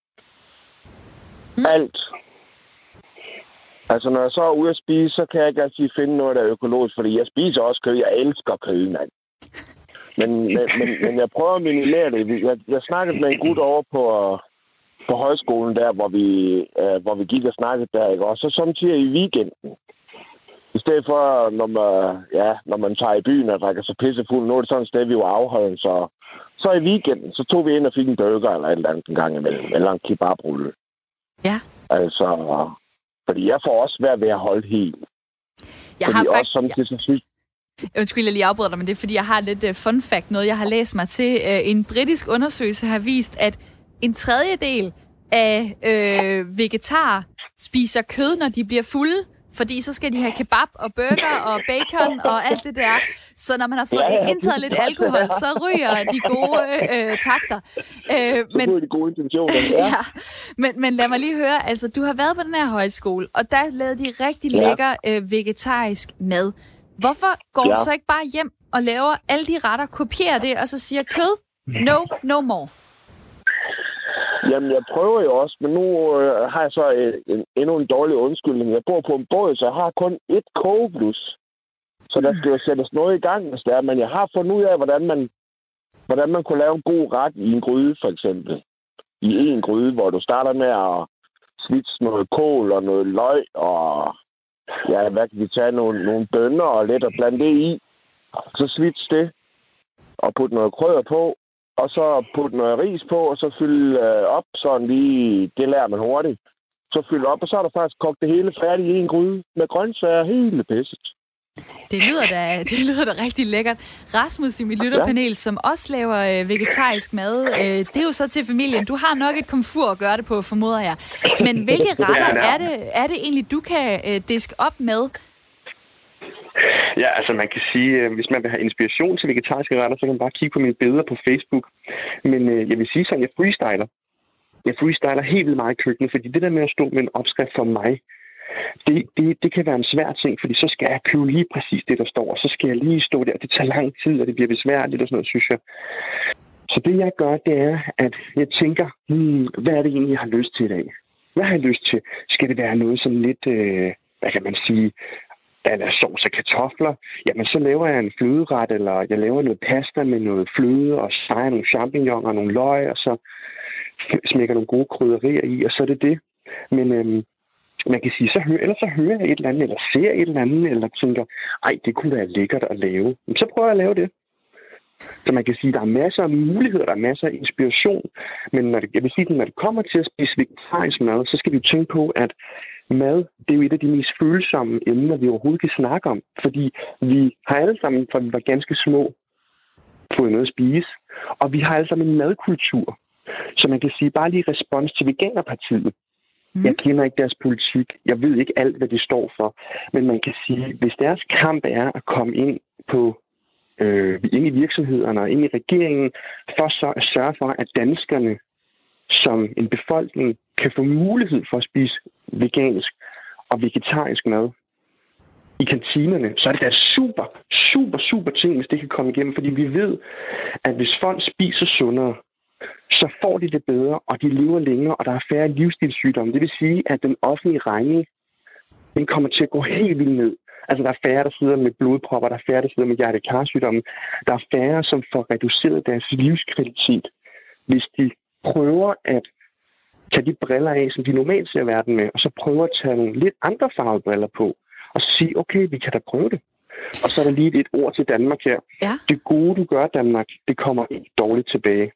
Mm. Alt. Altså, når jeg så er ude at spise, så kan jeg ikke altid finde noget, der er økologisk, fordi jeg spiser også kød. Jeg elsker kød, mand. Men, men, men, men jeg prøver at minimere det. Jeg, jeg snakkede med en gut over på, på højskolen der, hvor vi, øh, hvor vi gik og snakkede der, ikke? Og så samtidig i weekenden. I stedet for, når man, ja, når man tager i byen og drikker sig pissefuld, nu er det sådan et sted, vi var afholdt. Så, så i weekenden, så tog vi ind og fik en burger eller et eller andet en gang imellem. Eller en kebabrulle. Ja. Altså, fordi jeg får også svært ved at holde helt. Jeg fordi har også faktisk... samtidig så synes... Undskyld, jeg lige afbryder dig, men det er, fordi jeg har lidt uh, fun fact, noget jeg har læst mig til. Uh, en britisk undersøgelse har vist, at en tredjedel af øh, vegetarer spiser kød, når de bliver fulde. Fordi så skal de have kebab og burger og bacon og alt det der. Så når man har fået ja, ja, indtaget lidt alkohol, så ryger de gode øh, takter. Øh, så men, de gode intentioner, ja. ja. Men, men lad mig lige høre, altså du har været på den her højskole, og der lavede de rigtig ja. lækker øh, vegetarisk mad. Hvorfor går ja. du så ikke bare hjem og laver alle de retter, kopierer det, og så siger kød, no, no more? Jamen, jeg prøver jo også, men nu øh, har jeg så øh, en, endnu en dårlig undskyldning. Jeg bor på en båd, så jeg har kun ét kogeblus. Så der skal jo sættes noget i gang, hvis det er. Men jeg har fundet ud af, hvordan man, hvordan man kunne lave en god ret i en gryde, for eksempel. I en gryde, hvor du starter med at svitse noget kål og noget løg, og ja, hvad kan vi tage? Nogle, nogle bønner og lidt og blande det i. Så svitse det, og putte noget krydder på. Og så putte noget ris på, og så fylde øh, op, sådan lige, det lærer man hurtigt. så fylde op, og så er der faktisk kogt det hele færdigt i en gryde med grøntsager, hele pisset. Det lyder da, det lyder da rigtig lækkert. Rasmus i mit lytterpanel, ja. som også laver øh, vegetarisk mad, øh, det er jo så til familien. Du har nok et komfur at gøre det på, formoder jeg. Men hvilke retter er det, er det egentlig, du kan øh, diske op med? Ja, altså man kan sige, at hvis man vil have inspiration til vegetariske retter, så kan man bare kigge på mine billeder på Facebook. Men øh, jeg vil sige sådan, jeg freestyler. Jeg freestyler helt vildt meget i køkkenet, fordi det der med at stå med en opskrift for mig, det, det, det kan være en svær ting, fordi så skal jeg købe lige præcis det, der står, og så skal jeg lige stå der, og det tager lang tid, og det bliver besværligt og sådan noget, synes jeg. Så det jeg gør, det er, at jeg tænker, hmm, hvad er det egentlig, jeg har lyst til i dag? Hvad har jeg lyst til? Skal det være noget sådan lidt, øh, hvad kan man sige, eller sovs og kartofler? Jamen, så laver jeg en fløderet, eller jeg laver noget pasta med noget fløde, og steger nogle champignon og nogle løg, og så smækker nogle gode krydderier i, og så er det det. Men øhm, man kan sige, så hører, eller så hører jeg et eller andet, eller ser et eller andet, eller tænker, ej, det kunne være lækkert at lave. Men så prøver jeg at lave det. Så man kan sige, der er masser af muligheder, der er masser af inspiration, men når det, jeg vil sige, når det kommer til at spise vegetarisk mad, så skal vi jo tænke på, at mad, det er jo et af de mest følsomme emner, vi overhovedet kan snakke om, fordi vi har alle sammen, fra vi var ganske små, fået noget at spise, og vi har alle sammen en madkultur. Så man kan sige, bare lige respons til Veganerpartiet. Mm. Jeg kender ikke deres politik. Jeg ved ikke alt, hvad det står for. Men man kan sige, hvis deres kamp er at komme ind på øh, ind i virksomhederne og ind i regeringen, for så at sørge for, at danskerne som en befolkning kan få mulighed for at spise vegansk og vegetarisk mad i kantinerne, så er det da super, super, super ting, hvis det kan komme igennem. Fordi vi ved, at hvis folk spiser sundere, så får de det bedre, og de lever længere, og der er færre livsstilssygdomme. Det vil sige, at den offentlige regning, den kommer til at gå helt vildt ned. Altså, der er færre, der sidder med blodpropper, der er færre, der sidder med hjerte-karsygdomme. Der er færre, som får reduceret deres livskvalitet, hvis de prøver at tage de briller af, som de normalt ser verden med, og så prøver at tage nogle lidt andre farvebriller på, og så sige, okay, vi kan da prøve det. Og så er der lige et ord til Danmark her. Ja. Det gode, du gør, Danmark, det kommer ikke dårligt tilbage.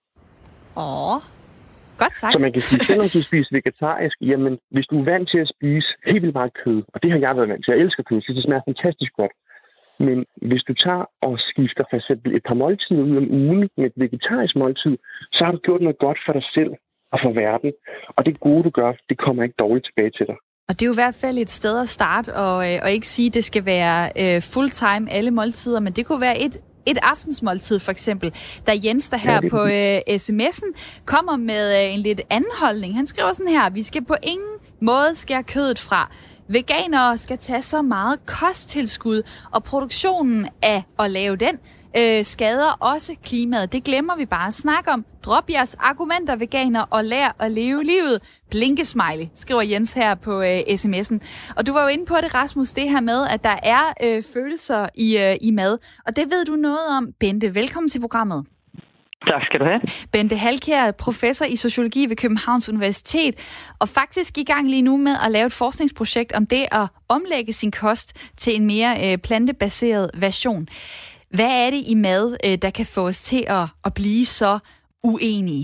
Åh, godt sagt. Så man kan sige, selvom du spiser vegetarisk, jamen, hvis du er vant til at spise helt vildt meget kød, og det har jeg været vant til, jeg elsker kød, så det smager fantastisk godt. Men hvis du tager og skifter for eksempel et par måltider ud om ugen med et vegetarisk måltid, så har du gjort noget godt for dig selv og for verden. Og det gode, du gør, det kommer ikke dårligt tilbage til dig. Og det er jo i hvert fald et sted at starte, og, og ikke sige, at det skal være øh, full-time alle måltider, men det kunne være et Et aftensmåltid for eksempel, da Jens der her på øh, sms'en kommer med øh, en lidt anden holdning. Han skriver sådan her: vi skal på ingen måde skære kødet fra. Veganere skal tage så meget kosttilskud, og produktionen af at lave den øh, skader også klimaet. Det glemmer vi bare at snakke om. Drop jeres argumenter, veganer, og lær at leve livet. Blinkesmiley, skriver Jens her på øh, sms'en. Og du var jo inde på det, Rasmus, det her med, at der er øh, følelser i, øh, i mad. Og det ved du noget om. Bente, velkommen til programmet. Tak skal du have. Bente Halkjær, professor i sociologi ved Københavns Universitet, og faktisk i gang lige nu med at lave et forskningsprojekt om det at omlægge sin kost til en mere øh, plantebaseret version. Hvad er det i mad, øh, der kan få os til at, at blive så uenige?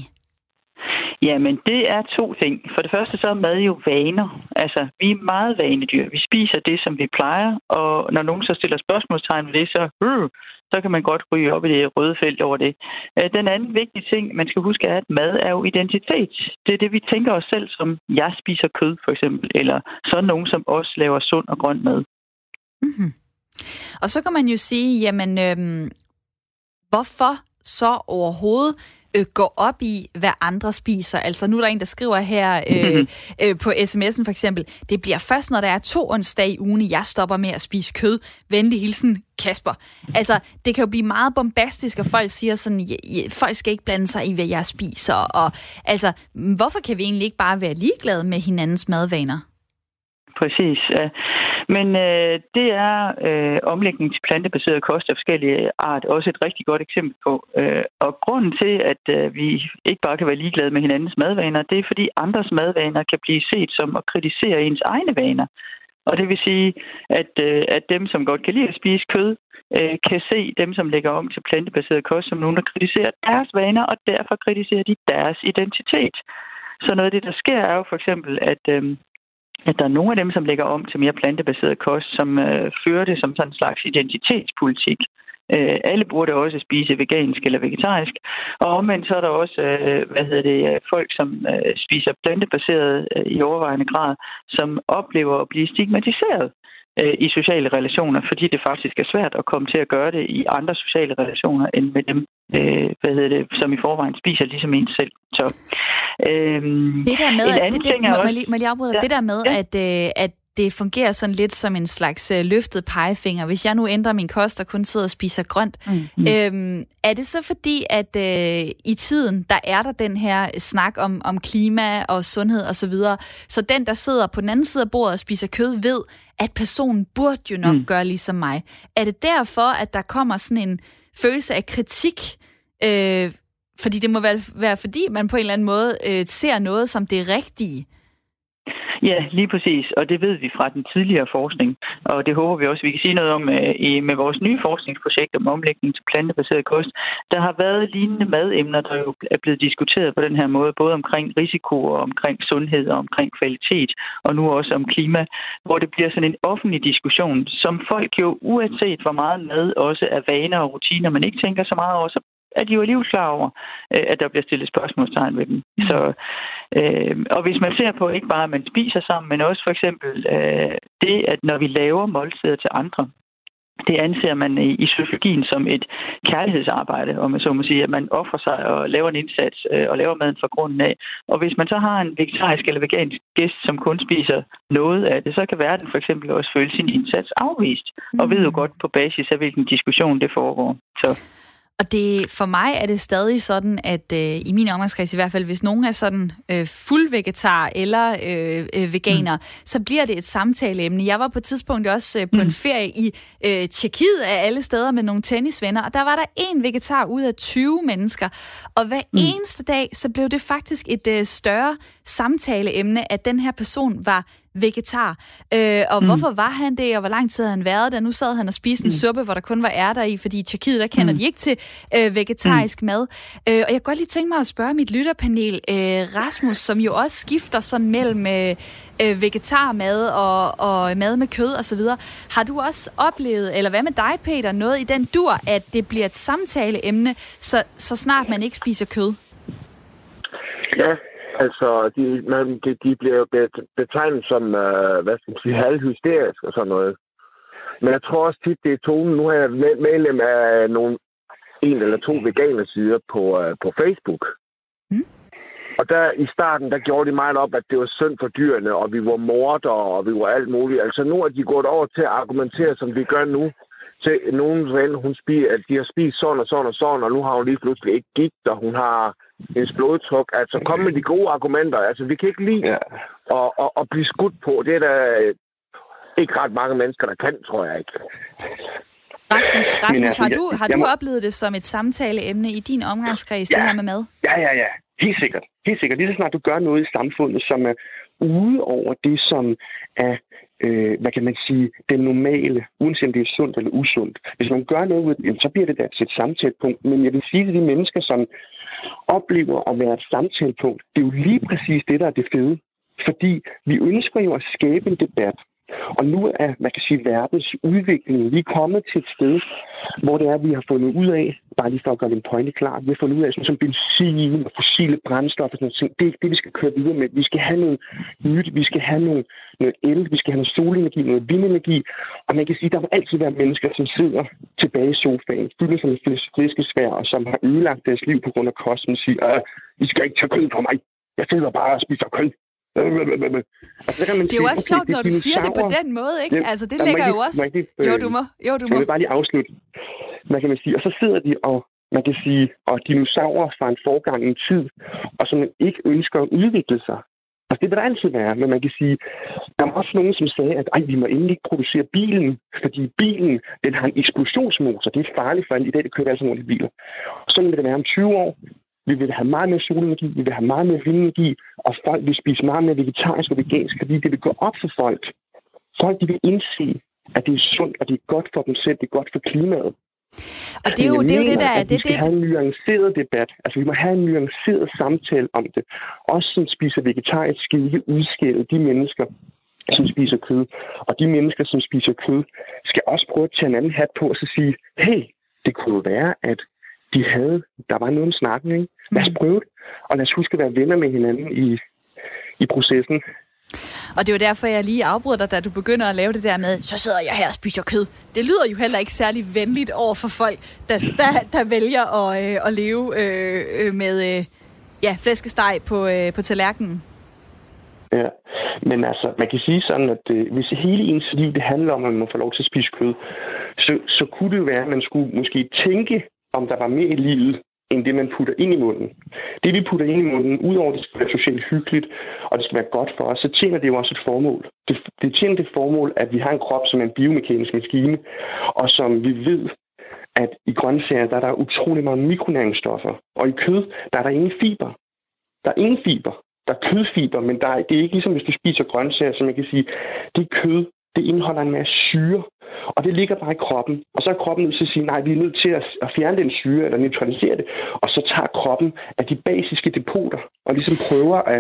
Jamen, det er to ting. For det første så er mad jo vaner. Altså, vi er meget vanedyr. Vi spiser det, som vi plejer, og når nogen så stiller spørgsmålstegn ved det, så, øh, så kan man godt ryge op i det røde felt over det. Den anden vigtige ting, man skal huske, er, at mad er jo identitet. Det er det, vi tænker os selv som, jeg spiser kød, for eksempel, eller sådan nogen, som også laver sund og grøn mad. Mm-hmm. Og så kan man jo sige, jamen, øhm, hvorfor så overhovedet øh, gå op i, hvad andre spiser? Altså nu er der en, der skriver her øh, øh, på sms'en for eksempel, det bliver først, når der er to onsdag i ugen, jeg stopper med at spise kød. Venlig hilsen, Kasper. Altså, det kan jo blive meget bombastisk, og folk siger sådan, folk skal ikke blande sig i, hvad jeg spiser. Og altså, hvorfor kan vi egentlig ikke bare være ligeglade med hinandens madvaner? Præcis. Men øh, det er øh, omlægning til plantebaseret kost af forskellige art også et rigtig godt eksempel på. Øh, og grunden til, at øh, vi ikke bare kan være ligeglade med hinandens madvaner, det er fordi andres madvaner kan blive set som at kritisere ens egne vaner. Og det vil sige, at, øh, at dem, som godt kan lide at spise kød, øh, kan se dem, som lægger om til plantebaseret kost, som nogen, der kritiserer deres vaner, og derfor kritiserer de deres identitet. Så noget af det, der sker, er jo for eksempel, at, øh, at der er nogle af dem, som lægger om til mere plantebaseret kost, som øh, fører det som sådan en slags identitetspolitik. Øh, alle burde også spise vegansk eller vegetarisk. Og omvendt så er der også øh, hvad hedder det, folk, som øh, spiser plantebaseret øh, i overvejende grad, som oplever at blive stigmatiseret øh, i sociale relationer, fordi det faktisk er svært at komme til at gøre det i andre sociale relationer, end med dem, øh, hvad hedder det, som i forvejen spiser ligesom en selv. Så, øh, det der med, at, det, det, må, også, må lige afbryde, ja, det der med, ja. at, øh, at det fungerer sådan lidt som en slags øh, løftet pegefinger. Hvis jeg nu ændrer min kost og kun sidder og spiser grønt, mm. øhm, er det så fordi, at øh, i tiden, der er der den her snak om, om klima og sundhed og så videre, så den, der sidder på den anden side af bordet og spiser kød, ved, at personen burde jo nok mm. gøre ligesom mig. Er det derfor, at der kommer sådan en følelse af kritik? Øh, fordi det må være, være fordi, man på en eller anden måde øh, ser noget som det rigtige. Ja, lige præcis, og det ved vi fra den tidligere forskning, og det håber vi også, vi kan sige noget om uh, i, med vores nye forskningsprojekt om omlægning til plantebaseret kost. Der har været lignende mademner, der jo er blevet diskuteret på den her måde, både omkring risiko og omkring sundhed og omkring kvalitet, og nu også om klima, hvor det bliver sådan en offentlig diskussion, som folk jo uanset hvor meget mad også er vaner og rutiner, man ikke tænker så meget over, så er de jo alligevel klar over, at der bliver stillet spørgsmålstegn ved dem. Så, øh, og hvis man ser på ikke bare, at man spiser sammen, men også for eksempel øh, det, at når vi laver måltider til andre, det anser man i, i sociologien som et kærlighedsarbejde, om man så må sige, at man offrer sig og laver en indsats øh, og laver maden fra grunden af. Og hvis man så har en vegetarisk eller vegansk gæst, som kun spiser noget af det, så kan verden for eksempel også føle sin indsats afvist, mm. og ved jo godt på basis af, hvilken diskussion det foregår. Så Og det, for mig er det stadig sådan, at øh, i min omgangskreds i hvert fald, hvis nogen er sådan øh, fuld vegetar eller øh, øh, veganer, mm. så bliver det et samtaleemne. Jeg var på et tidspunkt også øh, på mm. en ferie i øh, Tjekkiet af alle steder med nogle tennisvenner, og der var der en vegetar ud af tyve mennesker. Og hver mm. eneste dag, så blev det faktisk et øh, større samtaleemne, at den her person var vegetar. Øh, og mm. hvorfor var han det, og hvor lang tid havde han været der? Nu sad han og spiste en mm. suppe, hvor der kun var ærter i, fordi i Tjekkiet, der kender mm. de ikke til øh, vegetarisk mm. mad. Øh, og jeg kan godt lige tænke mig at spørge mit lytterpanel, øh, Rasmus, som jo også skifter sådan mellem øh, øh, vegetarmad og, og mad med kød og så videre. Har du også oplevet, eller hvad med dig, Peter, noget i den dur, at det bliver et samtaleemne, så, så snart man ikke spiser kød? Ja. Altså, de, man, de, de bliver jo betegnet som, uh, hvad skal man sige, halvhysterisk og sådan noget. Men jeg tror også tit, det er tonen. Nu har jeg medlem af nogle, en eller to veganersider på, uh, på Facebook. Mm. Og der i starten, der gjorde de meget op, at det var synd for dyrene, og vi var mordere, og vi var alt muligt. Altså nu er de gået over til at argumentere, som vi gør nu. Til nogen ven, hun spiser, at de har spist sådan og sådan og sådan, og nu har hun lige pludselig ikke gigt, og hun har en blodtryk. Altså, kom med de gode argumenter. Altså, vi kan ikke lide ja. at, at, at blive skudt på. Det er der ikke ret mange mennesker, der kan, tror jeg ikke. Rasmus, Rasmus har du, har du oplevet det som et samtaleemne i din omgangskreds, ja. det her med mad? Ja, ja, ja. Helt sikkert. Helt sikkert. Lige så snart du gør noget i samfundet, som er ude over det, som er, øh, hvad kan man sige, det normale, uanset om det er sundt eller usundt. Hvis man gør noget ud, så bliver det da et samtalepunkt. Men jeg vil sige til de mennesker, som oplever at være et samtalepunkt, det er jo lige præcis det, der er det fede. Fordi vi ønsker jo at skabe en debat. Og nu er, man kan sige, verdens udvikling lige kommet til et sted, hvor det er, vi har fundet ud af, bare lige for at gøre den pointe klar, vi har fundet ud af, sådan som benzin og fossile brændstoffer og sådan noget ting. Det er ikke det, vi skal køre videre med. Vi skal have noget nyt, vi skal have noget, noget el, vi skal have noget solenergi, noget vindenergi. Og man kan sige, at der vil altid være mennesker, som sidder tilbage i sofaen, fylder sig med flæskesvær, og som har ødelagt deres liv på grund af kosten, og siger, I skal ikke tage kød på mig. Jeg sidder bare og spiser kød. Altså, det er jo også okay, sjovt, når du siger det på den måde, ikke? Ja, altså, det ligger jo også... Ikke, øh, jo, du må. Jo, du må. Jeg vil bare lige afslutte. Man kan man sige, og så sidder de og, man kan sige, og dinosaurer fra en forgang i en tid, og som ikke ønsker at udvikle sig. Altså, det vil der altid være, men man kan sige, der var også nogen, som sagde, at ej, vi må endelig ikke producere bilen, fordi bilen, den har en eksplosionsmotor. Det er farligt for en i dag, det kører altså nogle biler. Og sådan vil det være om tyve år. Vi vil have meget mere solenergi, vi vil have meget mere vindenergi, og folk vil spise meget mere vegetarisk og vegansk, fordi det vil gå op for folk. Folk de vil indse, at det er sundt, og det er godt for dem selv, det er godt for klimaet. Og det er jo jeg det, er jo mener, det der... At vi det, skal det, have en nuanceret debat. Altså, vi må have en nuanceret samtale om det. Også som spiser vegetarisk, skal ikke udskille de mennesker, som spiser kød. Og de mennesker, som spiser kød, skal også prøve at tage en anden hat på og så sige, hey, det kunne jo være, at de havde... Der var noget om snakken, ikke? Lad os prøve det. Og lad os huske at være venner med hinanden i, i processen. Og det er jo derfor, jeg lige afbryder dig, da du begynder at lave det der med, så sidder jeg her og spiser kød. Det lyder jo heller ikke særlig venligt over for folk, der, der, der vælger at, øh, at leve øh, med øh, ja, flæskesteg på, øh, på tallerkenen. Ja, men altså, man kan sige sådan, at øh, hvis hele ens liv det handler om, at man får lov til at spise kød, så, så kunne det jo være, at man skulle måske tænke, om der var mere i livet, end det, man putter ind i munden. Det, vi putter ind i munden, udover at det skal være socialt hyggeligt, og det skal være godt for os, så tjener det jo også et formål. Det, det tjener det formål, at vi har en krop, som er en biomekanisk maskine, og som vi ved, at i grøntsager, der er der utrolig mange mikronæringsstoffer, og i kød, der er der ingen fiber. Der er ingen fiber. Der er kødfiber, men der er, det er ikke ligesom, hvis du spiser grøntsager, som jeg kan sige, det kød, det indeholder en masse syre, og det ligger bare i kroppen. Og så er kroppen nødt til at sige, nej, vi er nødt til at, at fjerne den syre, eller neutralisere det. Og så tager kroppen af de basiske depoter, og ligesom prøver at,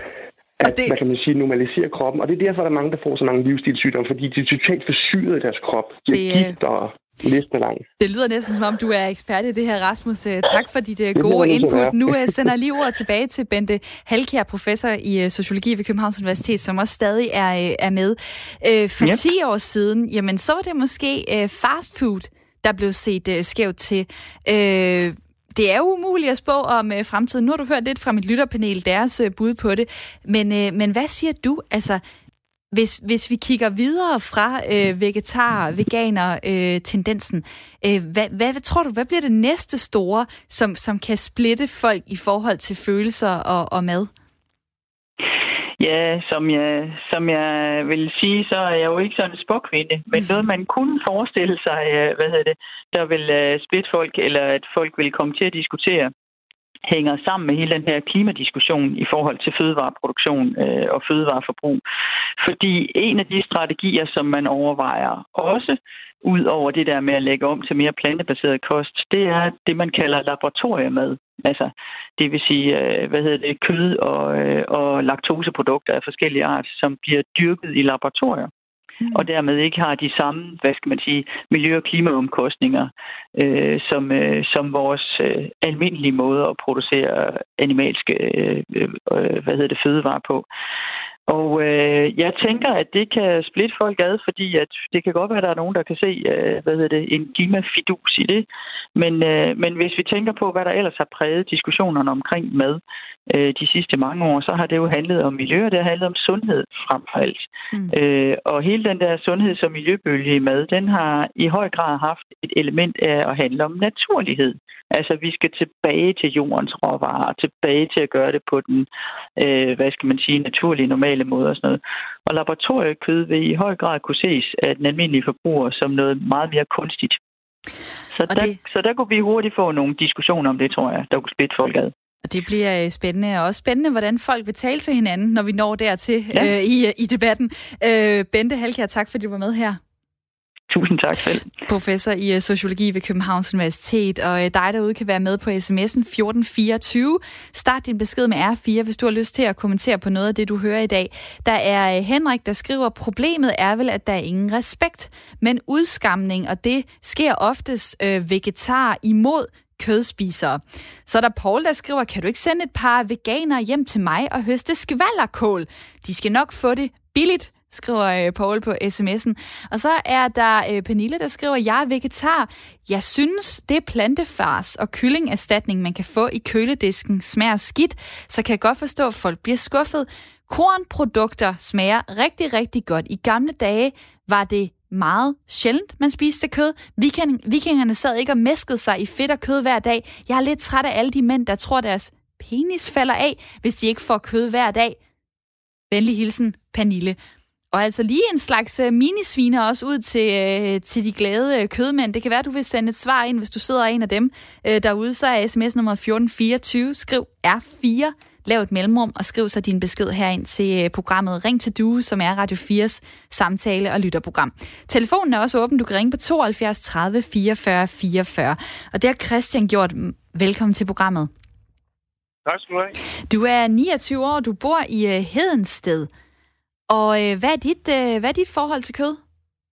at det... hvad kan man sige, normalisere kroppen. Og det er derfor, der er mange, der får så mange livsstilssygdomme, fordi de er totalt forsyret i deres krop. De det... er gift og listen lang. Det lyder næsten som om, du er ekspert i det her, Rasmus. Tak for dit gode input. Nu sender jeg lige ordet tilbage til Bente Halkjær, professor i sociologi ved Københavns Universitet, som også stadig er, er med. For yep. ti år siden, jamen, så var det måske fast food, der blev set skævt til. Det er jo umuligt at spå om fremtiden. Nu har du hørt lidt fra mit lytterpanel, deres bud på det. Men, men hvad siger du? Altså, Hvis, hvis vi kigger videre fra øh, vegetar, veganer øh, tendensen, øh, hvad, hvad, hvad tror du, hvad bliver det næste store, som, som kan splitte folk i forhold til følelser og, og mad? Ja, som jeg, som jeg vil sige, så er jeg jo ikke sådan en spåkvinde, men noget man kunne forestille sig, hvad hedder det, der vil splitte folk, eller at folk vil komme til at diskutere, hænger sammen med hele den her klimadiskussion i forhold til fødevareproduktion øh, og fødevareforbrug. Fordi en af de strategier, som man overvejer også, ud over det der med at lægge om til mere plantebaseret kost, det er det, man kalder laboratoriemad. Altså, det vil sige, øh, hvad hedder det, kød og, øh, og laktoseprodukter af forskellige art, som bliver dyrket i laboratorier. Mm. Og dermed ikke har de samme, hvad skal man sige, miljø- og klimaomkostninger, øh, som, øh, som vores øh, almindelige måde at producere animalske øh, øh, hvad hedder det, fødevarer på. Og øh, jeg tænker, at det kan splitte folk ad, fordi at det kan godt være, at der er nogen, der kan se øh, hvad hedder det, en klimafidus i det. Men, øh, men hvis vi tænker på, hvad der ellers har præget diskussionerne omkring mad øh, de sidste mange år, så har det jo handlet om miljø, og det har handlet om sundhed frem for alt. Mm. Øh, og hele den der sundheds- og miljøbølge i mad, den har i høj grad haft et element af at handle om naturlighed. Altså, vi skal tilbage til jordens råvarer, tilbage til at gøre det på den, øh, hvad skal man sige, naturlige, normale måde og sådan noget. Og laboratoriekød vil i høj grad kunne ses af den almindelige forbruger som noget meget mere kunstigt. Så, der, det... så der kunne vi hurtigt få nogle diskussioner om det, tror jeg, der kunne splitte folk ad. Og det bliver spændende, og også spændende, hvordan folk vil tale til hinanden, når vi når dertil ja. øh, i, i debatten. Øh, Bente Halkjær, tak fordi du var med her. Tusind tak selv. Professor i sociologi ved Københavns Universitet, og dig derude kan være med på sms'en fjorten fireogtyve. Start din besked med R fire, hvis du har lyst til at kommentere på noget af det, du hører i dag. Der er Henrik, der skriver, problemet er vel, at der er ingen respekt, men udskamning, og det sker oftest øh, vegetar imod kødspisere. Så er der Paul, der skriver, kan du ikke sende et par veganere hjem til mig og høste skvallerkål? De skal nok få det billigt, skriver Paul på sms'en. Og så er der Pernille, der skriver, jeg er vegetar. Jeg synes, det er plantefars og kyllingerstatning, man kan få i køledisken, smager skidt, så kan jeg godt forstå, at folk bliver skuffet. Kornprodukter smager rigtig, rigtig godt. I gamle dage var det meget sjældent, man spiste kød. Viking, vikingerne sad ikke og mæskede sig i fedt og kød hver dag. Jeg er lidt træt af alle de mænd, der tror, deres penis falder af, hvis de ikke får kød hver dag. Venlig hilsen, Pernille. Og altså lige en slags uh, minisviner også ud til, uh, til de glade uh, kødmænd. Det kan være, at du vil sende et svar ind, hvis du sidder en af dem uh, derude. Så er sms nummer fjorten fireogtyve. Skriv R fire. lav et mellemrum og skriv så din besked herind til programmet Ring til Due, som er Radio fires samtale- og lytterprogram. Telefonen er også åben. Du kan ringe på tooghalvfjerds tredive fireogfyrre fireogfyrre. Og det har Christian gjort. Velkommen til programmet. Tak skal du have. Du er niogtyve år, du bor i uh, Hedensted. Og uh, hvad, er dit, uh, hvad er dit forhold til kød?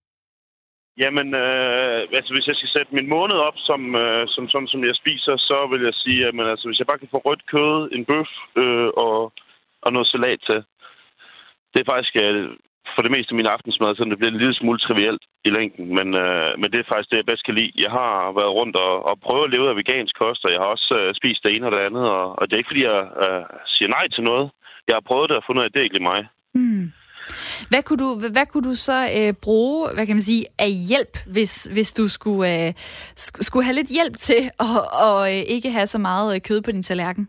Jamen, øh, altså hvis jeg skal sætte min måned op, som, øh, som, som, som jeg spiser, så vil jeg sige, at altså, hvis jeg bare kan få rødt kød, en bøf øh, og, og noget salat til, det er faktisk øh, for det meste min aftensmad, så det bliver en lille smule trivielt i længden, men, øh, men det er faktisk det, jeg bedst kan lide. Jeg har været rundt og, og prøvet at leve af vegansk kost, og jeg har også øh, spist det ene og det andet, og, og det er ikke fordi, jeg øh, siger nej til noget. Jeg har prøvet det og fundet ud af, at det er ikke mig. Mm. Hvad kunne du, hvad kunne du så øh, bruge, hvad kan man sige, af hjælp, hvis, hvis du skulle, øh, skulle have lidt hjælp til at og, øh, ikke have så meget kød på din tallerken?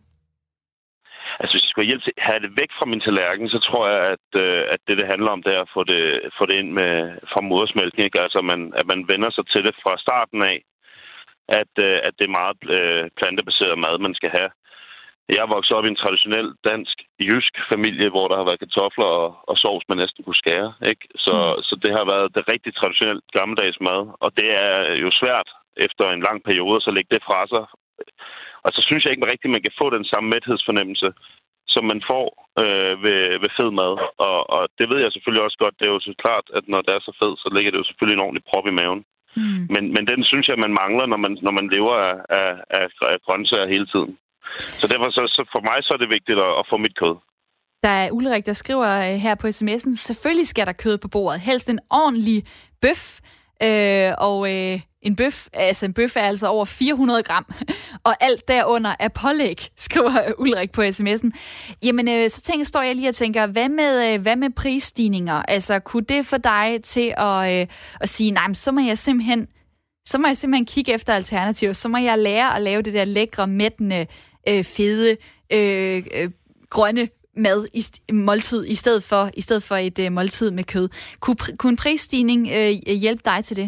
Altså, hvis jeg skulle hjælpe til at have det væk fra min tallerken, så tror jeg, at, øh, at det, det handler om, det er at få det, få det ind med, fra modersmælken. Ikke? Altså, man, at man vender sig til det fra starten af, at, øh, at det er meget øh, plantebaseret mad, man skal have. Jeg er vokset op i en traditionel dansk, jysk familie, hvor der har været kartofler og, og sovs, man næsten kunne skære. Ikke? Så, mm. så det har været det rigtig traditionelt gammeldags mad. Og det er jo svært efter en lang periode, så lægge det fra sig. Og så synes jeg ikke rigtigt, at man kan få den samme mæthedsfornemmelse, som man får øh, ved, ved fed mad. Og, og det ved jeg selvfølgelig også godt. Det er jo så klart, at når det er så fed, så ligger det jo selvfølgelig en ordentlig prop i maven. Mm. Men, men den synes jeg, man mangler, når man, når man lever af, af, af, af grøntsager hele tiden. Så derfor så, så for mig så er det vigtigt at, at få mit kød. Der er Ulrik, der skriver her på sms'en, selvfølgelig skal der kød på bordet. Helst en ordentlig bøf. Øh, og øh, en bøf, altså en bøf er altså over fire hundrede gram. Og alt derunder er pålæg, skriver Ulrik på sms'en. Jamen, øh, så tænker, står jeg lige og tænker, hvad med, øh, hvad med prisstigninger? Altså, kunne det få dig til at, øh, at sige, nej, men så må jeg simpelthen så må jeg simpelthen kigge efter alternativer. Så må jeg lære at lave det der lækre, mættende, øh, fede, øh, øh, grønne mad i måltid, i stedet for, i stedet for et øh, måltid med kød. Kunne, kunne en prisstigning øh, hjælpe dig til det?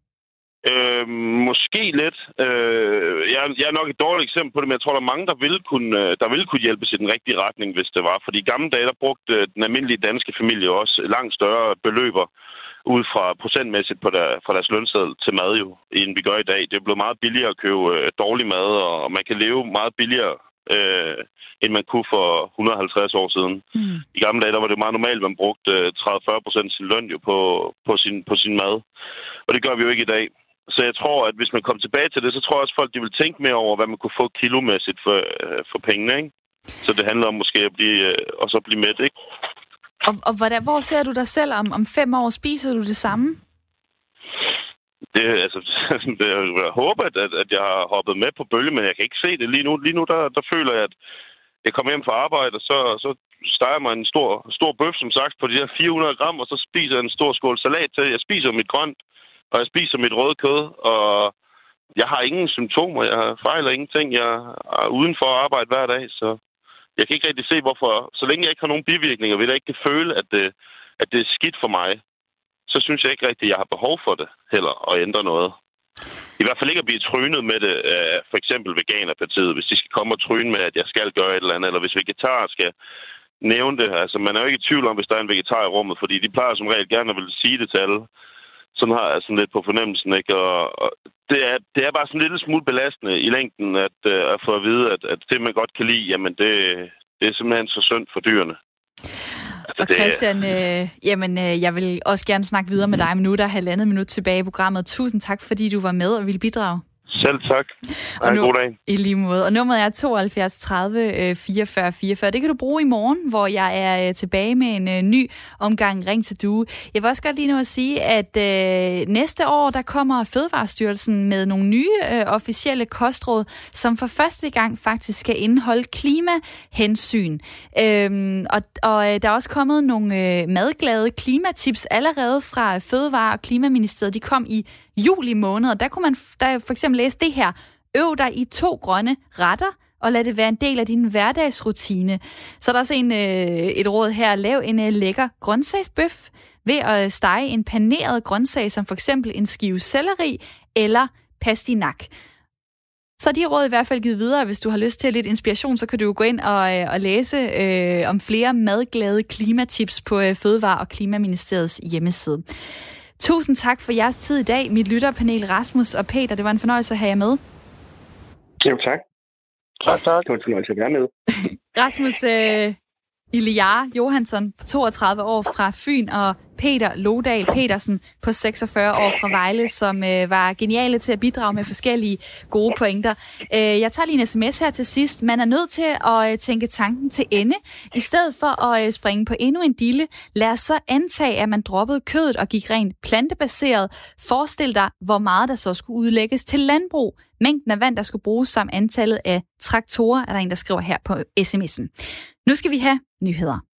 Øh, måske lidt. Øh, jeg, jeg er nok et dårligt eksempel på det, men jeg tror, der er mange, der ville kunne, der ville kunne hjælpes i den rigtige retning, hvis det var. Fordi i gamle dage, der brugte den almindelige danske familie også langt større beløber ud fra procentmæssigt på der, fra deres lønseddel til mad jo, end vi gør i dag. Det er blevet meget billigere at købe øh, dårlig mad, og man kan leve meget billigere, øh, end man kunne for et hundrede og halvtreds år siden. Mm. I gamle dage, der var det meget normalt, at man brugte tredive til fyrre procent af sin løn jo på, på, sin, på sin mad. Og det gør vi jo ikke i dag. Så jeg tror, at hvis man kom tilbage til det, så tror jeg også, at folk de vil tænke mere over, hvad man kunne få kilomæssigt for, øh, for pengene, ikke? Så det handler om måske at blive, øh, også at blive mæt, ikke? Og, og hvordan, hvor ser du dig selv om, om fem år? Spiser du det samme? Det, altså, det, jeg håber, at, at jeg har hoppet med på bølge, men jeg kan ikke se det lige nu. Lige nu, der, der føler jeg, at jeg kommer hjem fra arbejde, og så, så steger mig en stor, stor bøf, som sagt, på de her fire hundrede gram, og så spiser jeg en stor skål salat til. Jeg spiser mit grønt, og jeg spiser mit røde kød, og jeg har ingen symptomer. Jeg fejler ingenting. Jeg er uden for at arbejde hver dag, så jeg kan ikke rigtig se, hvorfor. Så længe jeg ikke har nogen bivirkninger, vil jeg ikke kan føle, at det, at det er skidt for mig, så synes jeg ikke rigtig, at jeg har behov for det heller, at ændre noget. I hvert fald ikke at blive trynet med det, for eksempel Veganerpartiet, hvis de skal komme og tryne med, at jeg skal gøre et eller andet, eller hvis vegetarer skal nævne det. Altså, man er jo ikke i tvivl om, hvis der er en vegetar i rummet, fordi de plejer som regel gerne at ville sige det til alle. Sådan har jeg sådan lidt på fornemmelsen, ikke? Og, og det, er, det er bare sådan en lille smule belastende i længden, at, at få at vide, at, at det, man godt kan lide, jamen det, det er simpelthen så synd for dyrene. Og Christian, øh, jamen, øh, jeg vil også gerne snakke videre med dig, men nu er der halvandet minut tilbage i programmet. Tusind tak, fordi du var med og ville bidrage. Selv tak. Ha' en god dag. I lige måde. Og nummeret er tooghalvfjerds tredive fireogfyrre fireogfyrre. Det kan du bruge i morgen, hvor jeg er tilbage med en uh, ny omgang Ring til Due. Jeg vil også godt lige nu at sige, at uh, næste år, der kommer Fødevarestyrelsen med nogle nye uh, officielle kostråd, som for første gang faktisk skal indeholde klimahensyn. Øhm, og, og der er også kommet nogle uh, madglade klimatips allerede fra Fødevare- og Klimaministeriet. De kom i juli måned, og der kunne man der for eksempel læse det her. Øv dig i to grønne retter, og lad det være en del af din hverdagsrutine. Så er der også en, øh, et råd her. Lav en øh, lækker grøntsagsbøf ved at stege en paneret grøntsag, som for eksempel en skive selleri eller pastinak. Så er de råd i hvert fald givet videre. Hvis du har lyst til lidt inspiration, så kan du jo gå ind og, og læse øh, om flere madglade klimatips på øh, Fødevare- og Klimaministeriets hjemmeside. Tusind tak for jeres tid i dag, mit lytterpanel Rasmus og Peter. Det var en fornøjelse at have jer med. Jo, tak. Tak, tak. Det var en fornøjelse at være med. Rasmus øh, Iliar Johansson på toogtredive år fra Fyn og Peter Lodal Petersen på seksogfyrre år fra Vejle, som øh, var geniale til at bidrage med forskellige gode pointer. Øh, jeg tager lige en sms her til sidst. Man er nødt til at øh, tænke tanken til ende. I stedet for at øh, springe på endnu en dille, lad os så antage, at man droppede kødet og gik rent plantebaseret. Forestil dig, hvor meget der så skulle udlægges til landbrug. Mængden af vand, der skulle bruges, samt antallet af traktorer, er der en, der skriver her på sms'en. Nu skal vi have nyheder.